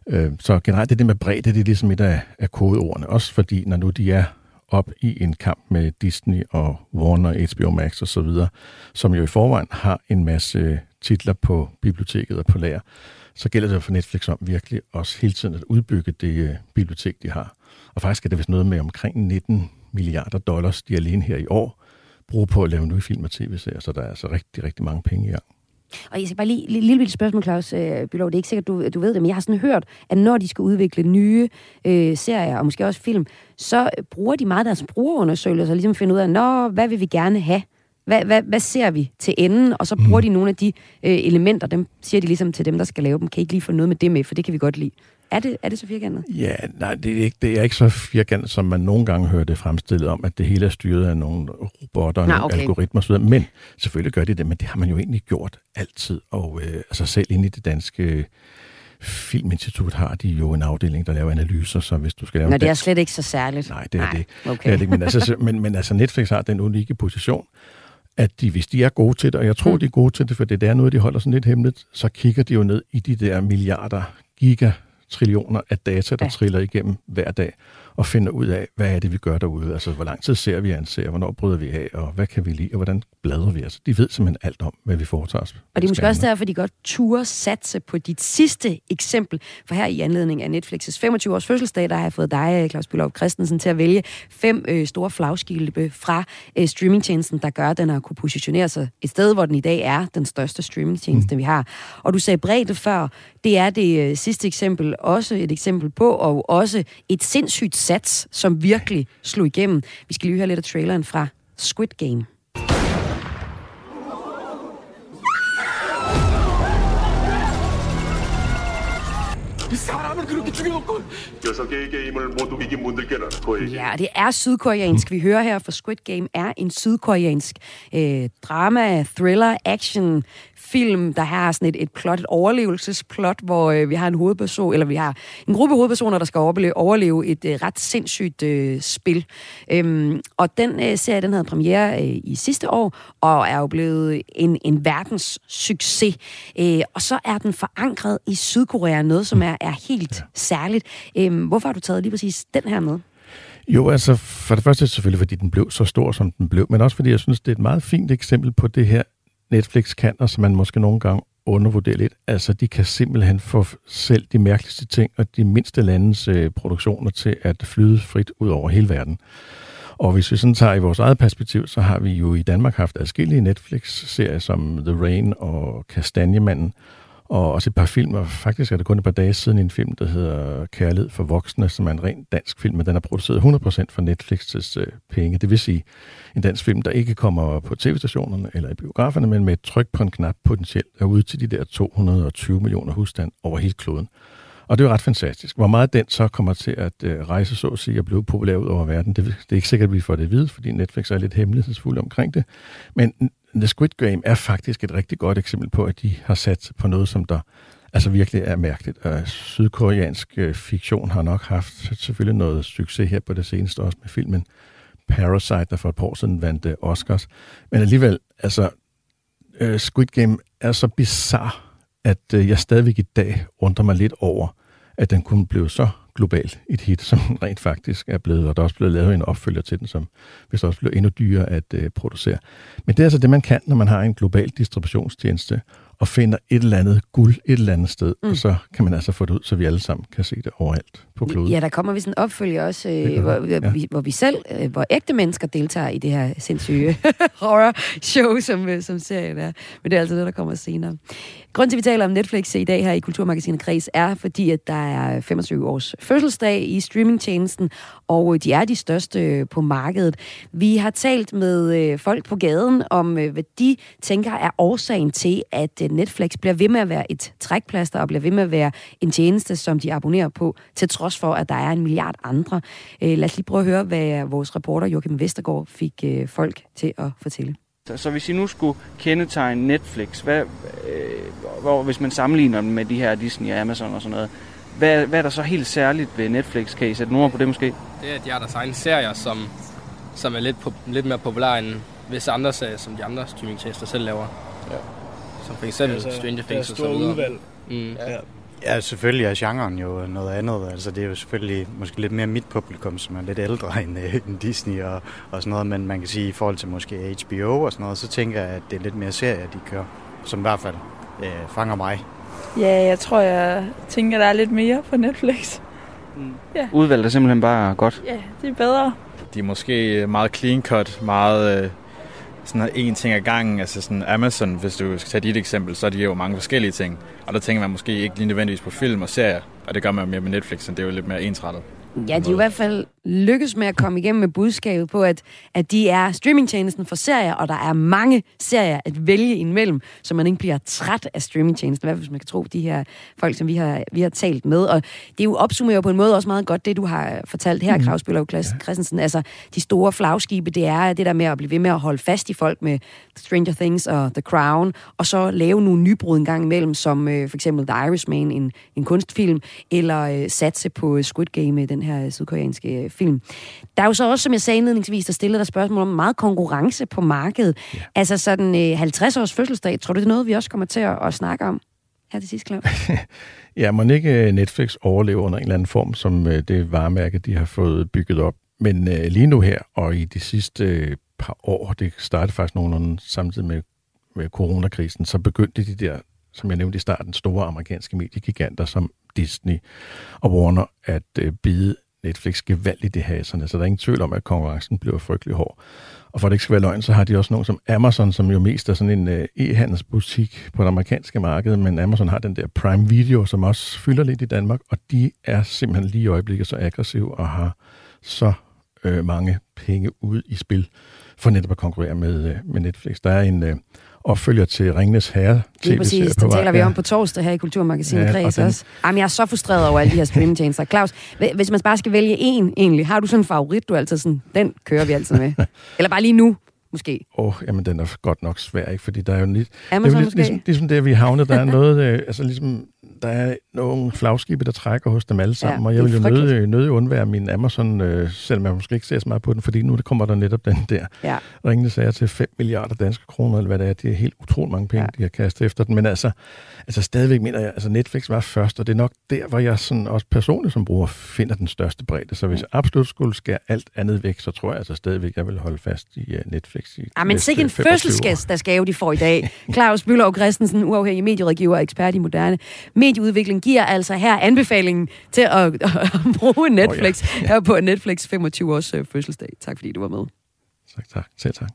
Så generelt det med bredde, det er ligesom et af kodeordene, også fordi når nu de er op i en kamp med Disney og Warner, HBO Max og så videre, som jo i forvejen har en masse titler på biblioteket og på lager, så gælder det for Netflix om virkelig også hele tiden at udbygge det bibliotek, de har. Og faktisk er det vist noget med omkring 19 milliarder dollars, de alene her i år bruger på at lave nye film og tv-serier, så der er altså rigtig, rigtig mange penge i gang. Og jeg skal bare lige et lille spørgsmål, Claus Bülow. Det er ikke sikkert, du ved det, men jeg har sådan hørt, at når de skal udvikle nye serier, og måske også film, så bruger de meget deres brugerundersøgelser, og ligesom finde ud af, hvad vil vi gerne have? Hvad ser vi til enden? Og så bruger de nogle af de elementer, dem siger de ligesom til dem, der skal lave dem. Kan I ikke lige få noget med det med, for det kan vi godt lide. Er det så firkantet? Ja, nej, det er ikke så firkantet, som man nogle gange hører det fremstillet om, at det hele er styret af nogle robotter og nogle algoritmer osv. Men selvfølgelig gør de det, men det har man jo egentlig gjort altid. Og selv inde i det danske Filminstitut har de jo en afdeling, der laver analyser, så hvis du skal lave... Nå, det er slet ikke så særligt. Nej, det er det. Okay. Det er det ikke. Men Netflix har den unikke position, at hvis de er gode til det, og jeg tror, de er gode til det, for det er noget, de holder sådan lidt hemmeligt, så kigger de jo ned i de der milliarder, gigatrillioner af data, der triller igennem hver dag, og finder ud af, hvad er det, vi gør derude. Altså, hvor lang tid ser vi en serie, hvornår bryder vi af, og hvad kan vi lide, og hvordan bladrer vi? Altså, de ved simpelthen alt om, hvad vi foretager os. Og det er måske også derfor, de godt turde satse på dit sidste eksempel. For her i anledning af Netflix's 25-års fødselsdag, der har jeg fået dig, Claus Bülow Christensen, til at vælge 5 store flagskilte fra streamingtjenesten, der gør, at den har kunne positionere sig et sted, hvor den i dag er den største streamingtjeneste, vi har. Og du sagde bredde før, det er det sidste eksempel, også et eksempel på, og også et sindssygt sats, som virkelig slog igennem. Vi skal lige høre lidt af traileren fra Squid Game. Ja, det er sydkoreansk. Vi hører her, for Squid Game er en sydkoreansk drama, thriller, action film, der har sådan et plot, et overlevelsesplot, hvor vi har en hovedperson, eller vi har en gruppe hovedpersoner, der skal overleve et ret sindssygt spil. Og den serie, den havde premiere i sidste år, og er jo blevet en verdens succes. Og så er den forankret i Sydkorea, noget som er helt særligt. Hvorfor har du taget lige præcis den her med? Jo, altså for det første selvfølgelig, fordi den blev så stor, som den blev, men også fordi jeg synes, det er et meget fint eksempel på det her, Netflix kan, og som man måske nogle gange undervurderer lidt. Altså, de kan simpelthen få selv de mærkeligste ting og de mindste landes produktioner til at flyde frit ud over hele verden. Og hvis vi sådan tager i vores eget perspektiv, så har vi jo i Danmark haft adskillige Netflix-serier som The Rain og Kastanjemanden, og også et par film, og faktisk er det kun et par dage siden en film, der hedder Kærlighed for voksne, som er en ren dansk film, men den er produceret 100% for Netflix' penge. Det vil sige en dansk film, der ikke kommer på tv-stationerne eller i biograferne, men med et tryk på en knap potentielt er ude til de der 220 millioner husstand over hele kloden. Og det er jo ret fantastisk. Hvor meget den så kommer til at rejse, så at sige, og blive populær ud over verden, det er ikke sikkert, at vi får det at vide, fordi Netflix er lidt hemmelighedsfuld omkring det. Men The Squid Game er faktisk et rigtig godt eksempel på, at de har sat på noget, som der altså virkelig er mærkeligt. Sydkoreansk fiktion har nok haft selvfølgelig noget succes her på det seneste, også med filmen Parasite, der for et par år siden vandt Oscars. Men alligevel, altså, Squid Game er så bizarre, at jeg stadigvæk i dag undrer mig lidt over, at den kunne blive så globalt et hit, som den rent faktisk er blevet, og der er også blevet lavet en opfølger til den, som hvis også bliver endnu dyrere at producere. Men det er altså det, man kan, når man har en global distributionstjeneste, og finder et eller andet guld et eller andet sted, og så kan man altså få det ud, så vi alle sammen kan se det overalt på kloden. Ja, der kommer vist en opfølger også, hvor ægte mennesker deltager i det her sindssyge horror-show, som serien er. Men det er altså det, der kommer senere. Grunden til, at vi taler om Netflix i dag her i Kulturmagasinet Kreds, er fordi, at der er 25 års fødselsdag i streamingtjenesten, og de er de største på markedet. Vi har talt med folk på gaden om, hvad de tænker er årsagen til, at Netflix bliver ved med at være et trækplaster og bliver ved med at være en tjeneste, som de abonnerer på, til trods for, at der er 1 milliard andre. Lad os lige prøve at høre, hvad vores reporter Joachim Vestergaard fik folk til at fortælle. Så hvis I nu skulle kendetegne Netflix, hvis man sammenligner dem med de her Disney og Amazon og sådan noget, hvad er der så helt særligt ved Netflix? Kan I sætte nogle ord på det måske? Det er, at de har deres egne serier, som er lidt mere populære end visse andre serier, som de andre streamingtjenester selv laver. Ja. Som for eksempel Stranger Things og så videre. Udvalg. Ja, selvfølgelig er genren jo noget andet. Altså, det er jo selvfølgelig måske lidt mere mit publikum, som er lidt ældre end Disney og sådan noget. Men man kan sige, i forhold til måske HBO og sådan noget, så tænker jeg, at det er lidt mere serier, de kører, som i hvert fald fanger mig. Ja, jeg tænker, der er lidt mere på Netflix. Ja. Udvalget er simpelthen bare godt. Ja, det er bedre. De er måske meget clean cut, meget sådan en ting ad gangen. Altså sådan Amazon, hvis du skal tage dit eksempel, så er de jo mange forskellige ting. Og der tænker man måske ikke lige nødvendigvis på film og serier, og det gør man mere med Netflix, så det er jo lidt mere ensrettet. Ja, de er i hvert fald lykkes med at komme igennem med budskabet på, at de er streamingtjenesten for serier, og der er mange serier at vælge imellem, så man ikke bliver træt af streamingtjenesten, i hvert fald hvis man kan tro de her folk, som vi har talt med. Og det er jo opsummerer på en måde også meget godt, det du har fortalt her, Claus Bøller Christensen. Altså, de store flagskibe, det er det der med at blive ved med at holde fast i folk med Stranger Things og The Crown, og så lave nogle nybrud en gang imellem, som for eksempel The Irishman, en kunstfilm, eller satse på Squid Game, den her sydkoreanske film. Der er jo så også, som jeg sagde indledningsvis, der stillede der spørgsmål om meget konkurrence på markedet. Ja. Altså sådan 50 års fødselsdag, tror du, det er noget, vi også kommer til at snakke om her til sidst, Claus? Ja, må ikke Netflix overleve under en eller anden form, som det varemærke, de har fået bygget op. Men lige nu her, og i de sidste par år, det startede faktisk nogenlunde samtidig med coronakrisen, så begyndte de der, som jeg nævnte i starten, store amerikanske mediegiganter som Disney og Warner at bide Netflix gevaldigt i haserne, så der er ingen tvivl om, at konkurrencen bliver frygtelig hård. Og for at det ikke skal være løgn, så har de også nogen som Amazon, som jo mest er sådan en e-handelsbutik på det amerikanske marked, men Amazon har den der Prime Video, som også fylder lidt i Danmark, og de er simpelthen lige i øjeblikket så aggressive og har så mange penge ude i spil for netop at konkurrere med Netflix. Der er en opfølger til Ringenes Herre. Det er præcis, den taler vi om på torsdag her i Kulturmagasinet Kreds også. Jamen, jeg er så frustreret over alle de her streamingtjenester. Claus, hvis man bare skal vælge en egentlig, har du sådan en favorit, du altid sådan, den kører vi altid med? Eller bare lige nu, måske? Jamen, den er godt nok svær, ikke? Fordi der er jo lidt... Amazon det er jo ligesom det, vi havnet. Der er noget, altså ligesom... Der er nogle flagskibe, der trækker hos dem alle sammen, og jeg vil jo nødig undvære min Amazon, selvom jeg måske ikke ser så meget på den, fordi nu kommer der netop den der Ringenes Herre til 5 milliarder danske kroner, eller hvad det er. Det er helt utroligt mange penge, de har kastet efter den. Men altså stadigvæk mener jeg, altså Netflix var først, og det er nok der, hvor jeg sådan også personligt som bruger finder den største bredde. Så hvis jeg absolut skulle skære alt andet væk, så tror jeg altså stadigvæk, jeg vil holde fast i Netflix. Men sikke en fødselsgæst, der skal jo de får i dag. Claus Bøller Christensen, uafhængig medierådgiver og ekspert i moderne medieudvikling, giver altså her anbefalingen til at bruge Netflix her på Netflix 25 års fødselsdag. Tak fordi du var med. Tak. Selv tak.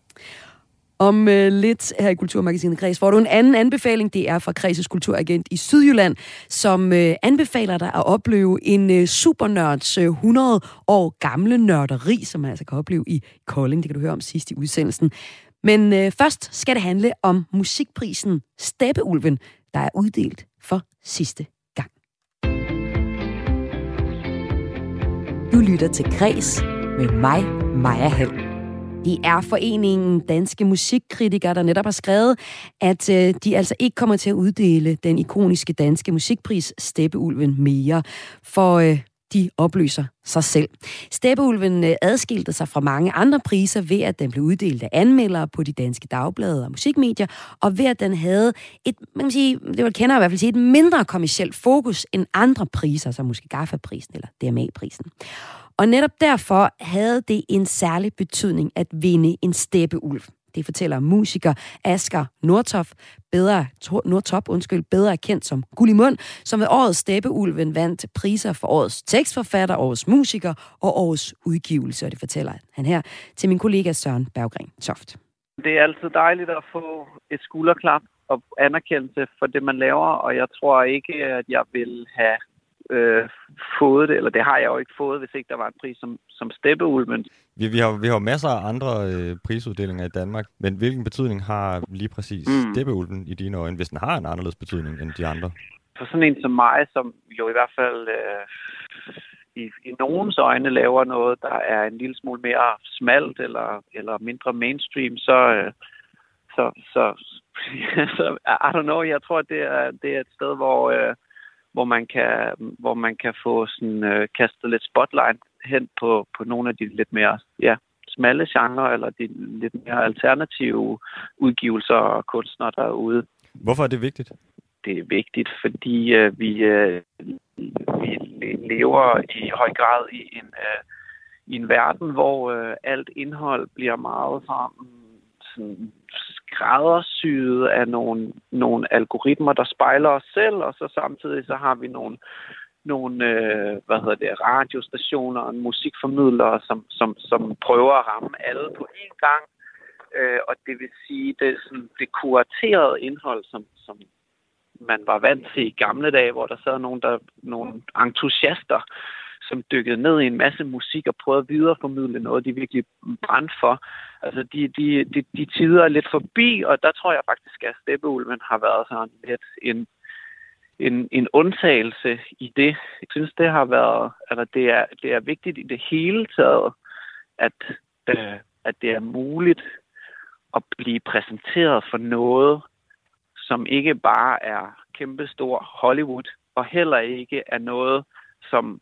Om lidt her i Kulturmagasinet Kreds får du en anden anbefaling. Det er fra Kreds' kulturagent i Sydjylland, som anbefaler dig at opleve en supernørds 100 år gamle nørderi, som man altså kan opleve i Kolding. Det kan du høre om sidst i udsendelsen. Men først skal det handle om musikprisen Steppeulven, der er uddelt for sidste gang. Du lytter til Kreds med mig, Maja Hall. Det er foreningen Danske Musikkritikere, der netop har skrevet, at de altså ikke kommer til at uddele den ikoniske danske musikpris Steppeulven mere, for de opløser sig selv. Steppeulven adskilte sig fra mange andre priser ved, at den blev uddelt af anmeldere på de danske dagblade og musikmedier, og ved at den havde et, man kan sige, det vil kender i hvert fald sige, et mindre kommercielt fokus end andre priser, som måske GAFFA-prisen eller DMA-prisen. Og netop derfor havde det en særlig betydning at vinde en steppeulv. Det fortæller musiker Asger Nordtop, bedre kendt som Guld i Mund, som ved årets Steppeulven vandt priser for årets tekstforfatter, årets musiker og årets udgivelse. Og det fortæller han her til min kollega Søren Berggren Toft. Det er altid dejligt at få et skulderklap og anerkendelse for det, man laver, og jeg tror ikke, at jeg vil have fået det, eller det har jeg jo ikke fået, hvis ikke der var en pris som Steppeulven. Vi har masser af andre prisuddelinger i Danmark, men hvilken betydning har lige præcis Steppeulven i dine øjne, hvis den har en anderledes betydning end de andre? For sådan en som mig, som jo i hvert fald i nogens øjne laver noget, der er en lille smule mere smalt eller mindre mainstream, så I don't know, jeg tror, det er et sted, hvor man kan få sådan kastet lidt spotlight hen på nogle af de lidt mere smalle genrer eller de lidt mere alternative udgivelser og kunstnere derude. Hvorfor er det vigtigt? Det er vigtigt, fordi vi lever i høj grad i en verden, hvor alt indhold bliver meget sådan skræddersyet af nogle algoritmer, der spejler os selv, og så samtidig så har vi nogle radiostationer og musikformidlere, som prøver at ramme alle på én gang. Og det vil sige, det kuraterede indhold, som man var vant til i gamle dage, hvor der sad nogle entusiaster, som dykkede ned i en masse musik og prøvede at videreformidle noget, de virkelig brændte for. Altså, de tider er lidt forbi, og der tror jeg faktisk, at Steppeulven har været sådan lidt en undtagelse i det. Jeg synes, det har været, eller det er vigtigt i det hele taget, at det er muligt at blive præsenteret for noget, som ikke bare er kæmpestor Hollywood, og heller ikke er noget, som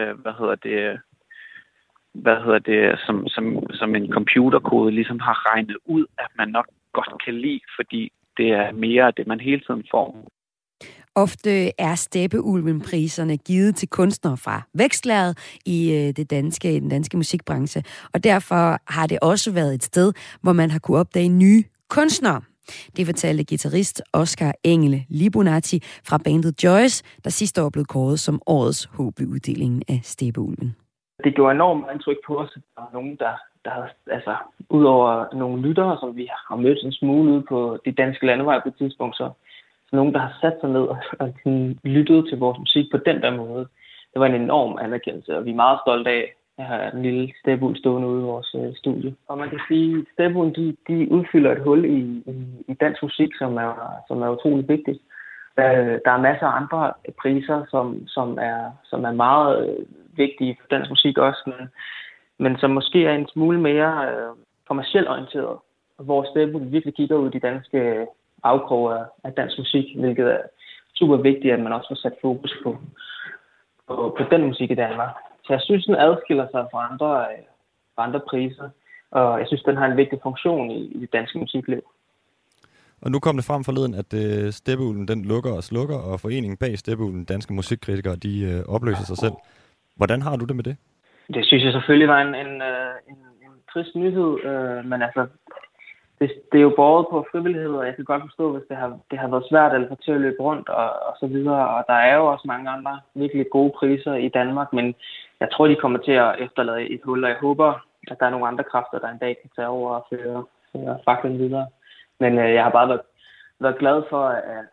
som en computerkode ligesom har regnet ud, at man nok godt kan lide, fordi det er mere af det, man hele tiden får. Ofte er Steppeulven-priserne givet til kunstnere fra vækstlaget i den danske musikbranche, og derfor har det også været et sted, hvor man har kunne opdage nye kunstnere. Det fortalte guitarist Oscar Engel Libonati fra bandet Joyce, der sidste år blev kåret som årets håb ved uddelingen af Steppeulven. Det gjorde enormt indtryk på os, at der var nogen, der udover nogle lyttere, som vi har mødt en smule ude på de danske landeveje på et tidspunkt, så nogen, der har sat sig ned og lyttet til vores musik på den der måde. Det var en enorm anerkendelse, og vi er meget stolte af at have en lille Steppeulv stående ude i vores studie. Og man kan sige, at Steppeulven, de udfylder et hul i dansk musik, som er utrolig vigtigt. Der er masser af andre priser, som er meget vigtige for dansk musik også, men som måske er en smule mere kommercielt orienteret, hvor Steppeulven virkelig kigger ud i de danske afkroge af dansk musik, hvilket er super vigtigt, at man også får sat fokus på den musik i Danmark. Så jeg synes, den adskiller sig fra andre priser, og jeg synes, den har en vigtig funktion i det danske musikliv. Og nu kom det frem forleden, at Steppeulven den lukker og slukker, og foreningen bag Steppeulven, Danske Musikkritikere, de opløser sig selv. Hvordan har du det med det? Det synes jeg selvfølgelig var en trist nyhed, men altså, det er jo båret på frivillighed, og jeg kan godt forstå, hvis det har været svært at få til at løbe rundt og så videre. Og der er jo også mange andre virkelig gode priser i Danmark, men jeg tror, de kommer til at efterlade et hul, og jeg håber, at der er nogle andre kræfter, der en dag kan tage over og føre faklen videre. Men jeg har bare været glad for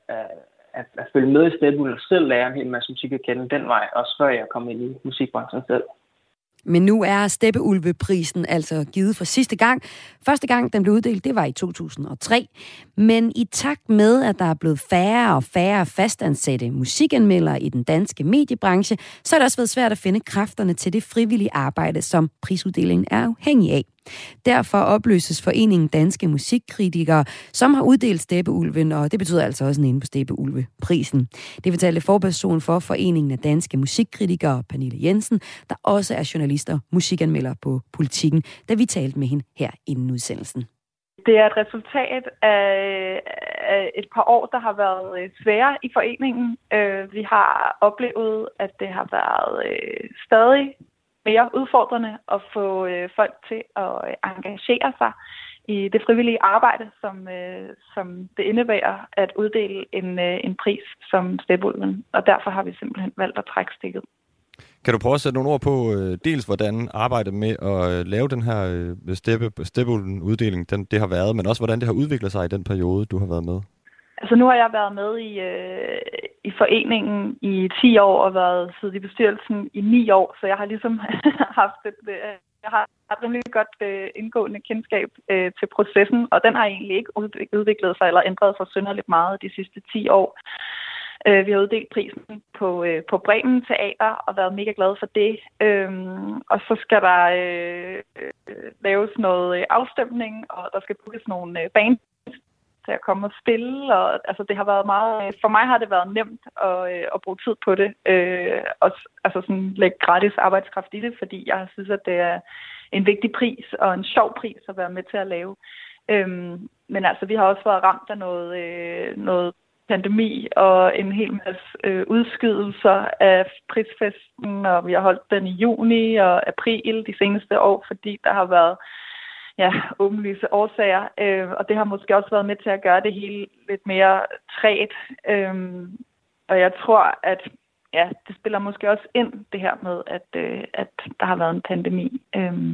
at følge med i Steppeulven og selv lære en hel masse musik at kende den vej, også før jeg kom ind i musikbranchen selv. Men nu er Steppeulveprisen altså givet for sidste gang. Første gang, den blev uddelt, det var i 2003. Men i takt med, at der er blevet færre og færre fastansatte musikanmeldere i den danske mediebranche, så har det også været svært at finde kræfterne til det frivillige arbejde, som prisuddelingen er afhængig af. Derfor opløses foreningen Danske Musikkritikere, som har uddelt Steppeulven, og det betyder altså også en inde på Steppeulve-prisen. Det fortalte forperson for foreningen af Danske Musikkritikere, Pernille Jensen, der også er journalist og musikanmelder på Politikken, da vi talte med hende her inden udsendelsen. Det er et resultat af et par år, der har været svære i foreningen. Vi har oplevet, at det har været stadig mere udfordrende at få folk til at engagere sig i det frivillige arbejde, som det indebærer at uddele en pris som Steppeulven. Og derfor har vi simpelthen valgt at trække stikket. Kan du prøve at sætte nogle ord på, dels hvordan arbejdet med at lave den her Steppeulven-uddeling, det har været, men også hvordan det har udviklet sig i den periode, du har været med? Altså nu har jeg været med i foreningen i 10 år og været siddet i bestyrelsen i 9 år, så jeg har ligesom haft jeg har et rimelig godt indgående kendskab til processen, og den har egentlig ikke udviklet sig eller ændret sig synderligt meget de sidste 10 år. Vi har uddelt prisen på Bremen Teater og været mega glade for det. Og så skal der laves noget afstemning, og der skal bookes nogle bands til at komme og spille. Og, altså, det har været meget, for mig har det været nemt at bruge tid på det. Og altså sådan lægge gratis arbejdskraft i det, fordi jeg synes, at det er en vigtig pris og en sjov pris at være med til at lave. Men altså, vi har også været ramt af noget pandemi og en hel masse udskydelser af prisfesten, og vi har holdt den i juni og april de seneste år, fordi der har været åbenlyse årsager, og det har måske også været med til at gøre det hele lidt mere trægt. Og jeg tror, at det spiller måske også ind, det her med, at der har været en pandemi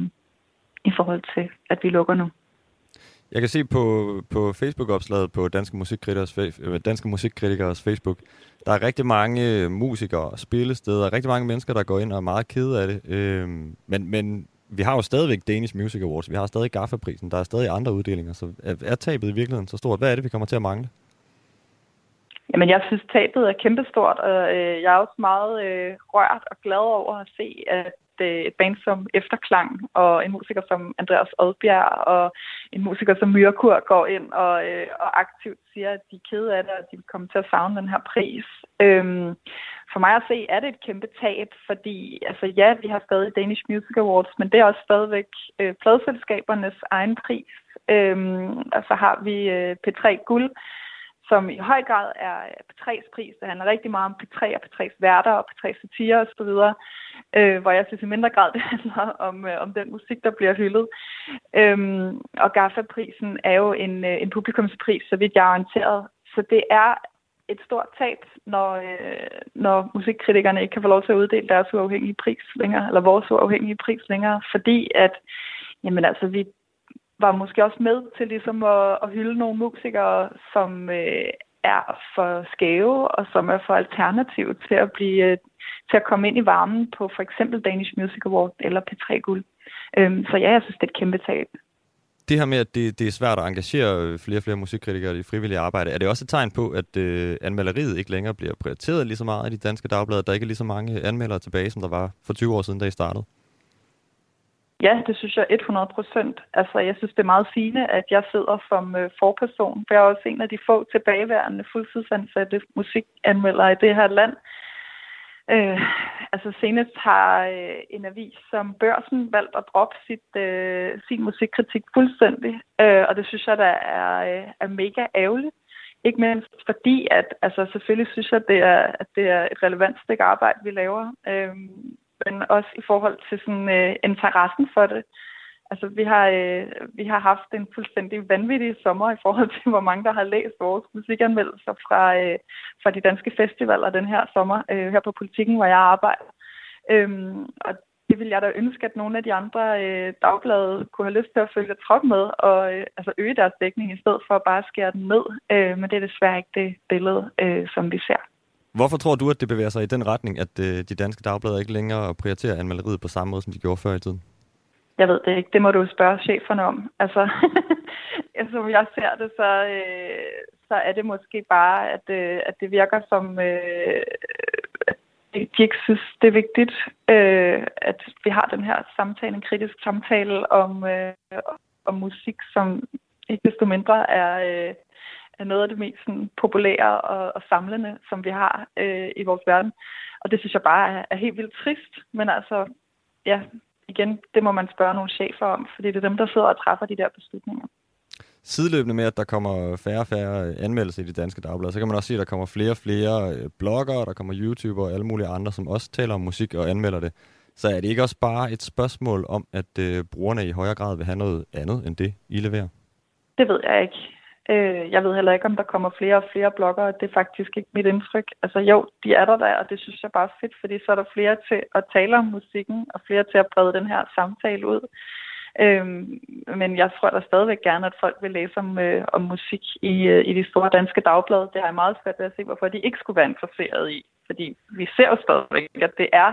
i forhold til, at vi lukker nu. Jeg kan se på Facebook-opslaget på Danske Musikkritikers Facebook, der er rigtig mange musikere og spillesteder, rigtig mange mennesker, der går ind og er meget kede af det. Men vi har jo stadigvæk Danish Music Awards, vi har stadig Gaffa-prisen, der er stadig andre uddelinger, så er tabet i virkeligheden så stort? Hvad er det, vi kommer til at mangle? Jamen, jeg synes, tabet er kæmpestort, og jeg er også meget rørt og glad over at se, at et band som Efterklang og en musiker som Andreas Odbjerg og en musiker som Myrekur går ind og aktivt siger, at de er kede af det, og at de vil komme til at savne den her pris. For mig at se, er det et kæmpe tab, fordi altså vi har stadig Danish Music Awards, men det er også stadigvæk pladeselskabernes egen pris. Og så har vi P3 Guld, som i høj grad er P3's pris. Det handler rigtig meget om P3 og P3's værter og P3 satire og så videre, hvor jeg synes i mindre grad det handler om den musik, der bliver hyldet. Og Gaffa-prisen er jo en publikumspris, så vidt jeg er orienteret. Så det er et stort tab, når musikkritikerne ikke kan få lov til at uddele deres uafhængige pris længere, eller vores uafhængige pris længere, fordi at, jamen altså, vi var måske også med til ligesom at hylde nogle musikere, som er for skæve og som er for alternativ til at komme ind i varmen på for eksempel Danish Music Award eller P3 Guld. Så jeg synes, det er et kæmpe tab. Det her med, at det er svært at engagere flere og flere musikkritikere i frivillige arbejde, er det også et tegn på, at anmelderiet ikke længere bliver prioriteret lige så meget i de danske dagblade, at der ikke er lige så mange anmeldere tilbage, som der var for 20 år siden, da I startede? Ja, det synes jeg 100%. Altså, jeg synes, det er meget sigende, at jeg sidder som forperson. Jeg er også en af de få tilbageværende fuldtidsansatte musikanmeldere i det her land. Altså senest har en avis som Børsen valgt at droppe sin musikkritik fuldstændig, og det synes jeg, der er mega ærgerligt. Ikke mindst fordi, at altså, selvfølgelig synes jeg, at det er et relevant stykke arbejde, vi laver, men også i forhold til sådan interessen for det. Altså, vi har haft en fuldstændig vanvittig sommer i forhold til, hvor mange der har læst vores musikanmeldelser fra de danske festivaler den her sommer, her på Politikken, hvor jeg arbejder. Og det vil jeg da ønske, at nogle af de andre dagblade kunne have lyst til at følge trop med, og altså øge deres dækning, i stedet for at bare skære den ned. Men det er desværre ikke det billede, som vi ser. Hvorfor tror du, at det bevæger sig i den retning, at de danske dagblade ikke længere prioriterer anmelderiet på samme måde, som de gjorde før i tiden? Jeg ved det ikke. Det må du spørge cheferne om. Altså, som jeg ser det, så er det måske bare, at det virker som... de ikke synes, det er vigtigt, at vi har den her samtale, en kritisk samtale om musik, som ikke desto mindre er noget af det mest sådan, populære og samlende, som vi har i vores verden. Og det synes jeg bare er helt vildt trist. Men altså, ja, igen, det må man spørge nogle chefer om, fordi det er dem, der sidder og træffer de der beslutninger. Sideløbende med, at der kommer færre og færre anmeldelser i de danske dagblade, så kan man også se, at der kommer flere og flere bloggere, der kommer YouTubere og alle mulige andre, som også taler om musik og anmelder det. Så er det ikke også bare et spørgsmål om, at brugerne i højere grad vil have noget andet end det, I leverer? Det ved jeg ikke. Jeg ved heller ikke, om der kommer flere og flere bloggere. Det er faktisk ikke mit indtryk. Altså jo, de er der, og det synes jeg bare er fedt, fordi så er der flere til at tale om musikken, og flere til at brede den her samtale ud. Men jeg tror da stadigvæk gerne, at folk vil læse om musik i de store danske dagblade. Det har jeg meget svært ved at se, hvorfor de ikke skulle være interesseret i. Fordi vi ser jo stadigvæk, at det er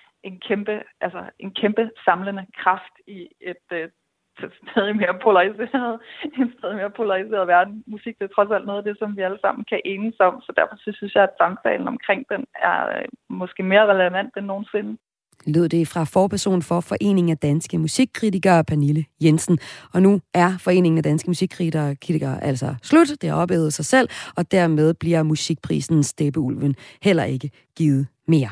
en kæmpe samlende kraft i en stadig mere polariseret verden. Musik, det er trods alt noget af det, som vi alle sammen kan enes om. Så derfor synes jeg, at samtalen omkring den er måske mere relevant end nogensinde. Lød det fra forperson for Foreningen af Danske Musikkritikere, Pernille Jensen. Og nu er Foreningen af Danske Musikkritikere altså slut. Det har opævet sig selv, og dermed bliver musikprisen Steppeulven heller ikke givet mere.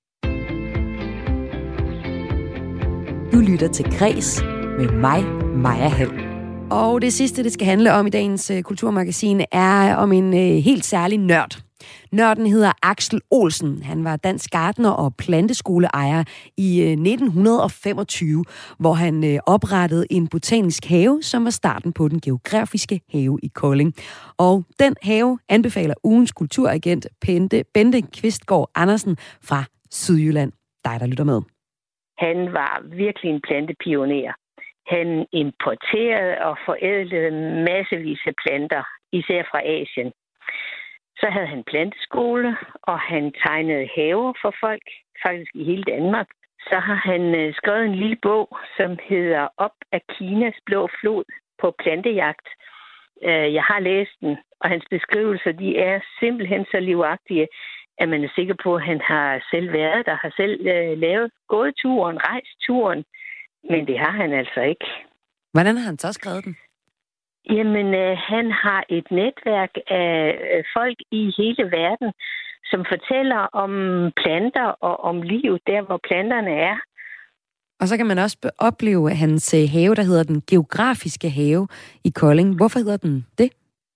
Du lytter til Græs med mig, Maja Hall. Og det sidste, det skal handle om i dagens kulturmagasin, er om en helt særlig nørd. Nørden hedder Axel Olsen. Han var dansk gartner og planteskoleejer i 1925, hvor han oprettede en botanisk have, som var starten på den geografiske have i Kolding. Og den have anbefaler ugens kulturagent Bente Kvistgaard Andersen fra Sydjylland. Dig, der lytter med. Han var virkelig en plantepioner. Han importerede og forædlede massevis af planter, især fra Asien. Så havde han planteskole, og han tegnede haver for folk, faktisk i hele Danmark. Så har han skrevet en lille bog, som hedder Op af Kinas blå flod på plantejagt. Jeg har læst den, og hans beskrivelser, de er simpelthen så livagtige, at man er sikker på, at han har selv været der, har selv lavet gådeturen, rejst turen, men det har han altså ikke. Hvordan har han så skrevet den? Jamen, han har et netværk af folk i hele verden, som fortæller om planter og om liv der, hvor planterne er. Og så kan man også opleve hans have, der hedder den geografiske have i Kolding. Hvorfor hedder den det?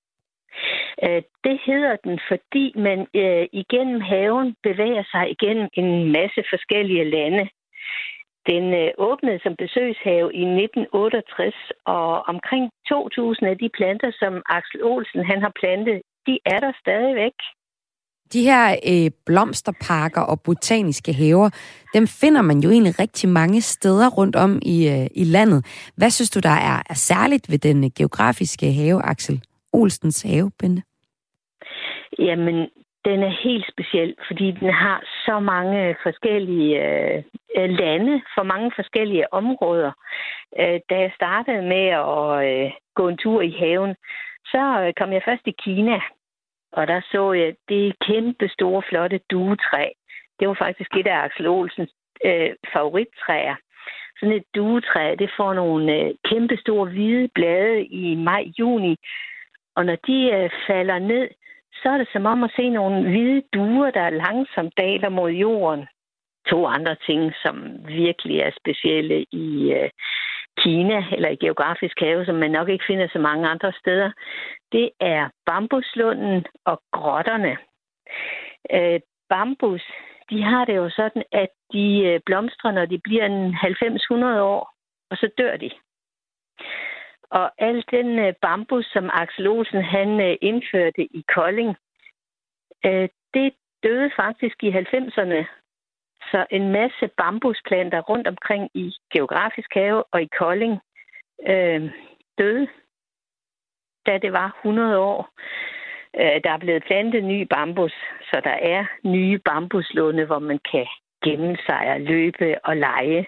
Det hedder den, fordi man igennem haven bevæger sig igennem en masse forskellige lande. Den åbnede som besøgshave i 1968, og omkring 2.000 af de planter, som Axel Olsen han har plantet, de er der stadigvæk. De her blomsterparker og botaniske haver, dem finder man jo egentlig rigtig mange steder rundt om i landet. Hvad synes du, der er særligt ved den geografiske have, Axel Olsens have, Bente? Jamen, den er helt speciel, fordi den har så mange forskellige lande, for mange forskellige områder. Da jeg startede med at gå en tur i haven, så kom jeg først i Kina, og der så jeg det kæmpe store, flotte duetræ. Det var faktisk et af Axel Olsens favorittræer. Sådan et duetræ, det får nogle kæmpe store hvide blade i maj-juni, og når de falder ned, så er det som om at se nogle hvide duer, der langsomt daler mod jorden. 2 andre ting, som virkelig er specielle i Kina, eller i geografisk have, som man nok ikke finder så mange andre steder, det er bambuslunden og grotterne. Bambus, de har det jo sådan, at de blomstrer, når de bliver 90-100 år, og så dør de. Og al den bambus, som Axel Olsen han indførte i Kolding, det døde faktisk i 90'erne. Så en masse bambusplanter rundt omkring i geografisk have og i Kolding døde, da det var 100 år. Der er blevet plantet ny bambus, så der er nye bambuslunde, hvor man kan gemme sig og løbe og lege.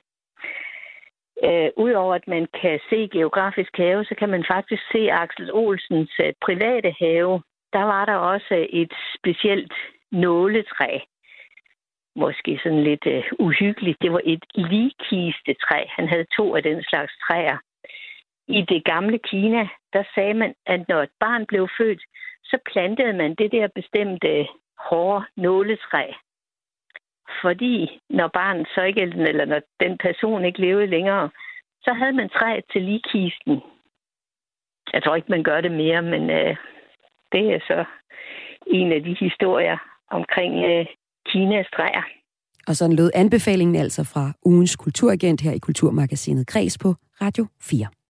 Udover at man kan se geografisk have, så kan man faktisk se Axel Olsens private have. Der var der også et specielt nåletræ. måske sådan lidt uhyggeligt. Det var et ligkistetræ. Han havde 2 af den slags træer. I det gamle Kina, der sagde man, at når et barn blev født, så plantede man det der bestemte hårde nåletræ. Fordi når barnet så ikke, eller når den person ikke levede længere, så havde man træet til ligkisten. Jeg tror ikke, man gør det mere, men det er så en af de historier omkring Kinas træer. Og sådan lød anbefalingen altså fra ugens kulturagent her i Kulturmagasinet Kreds på Radio 4.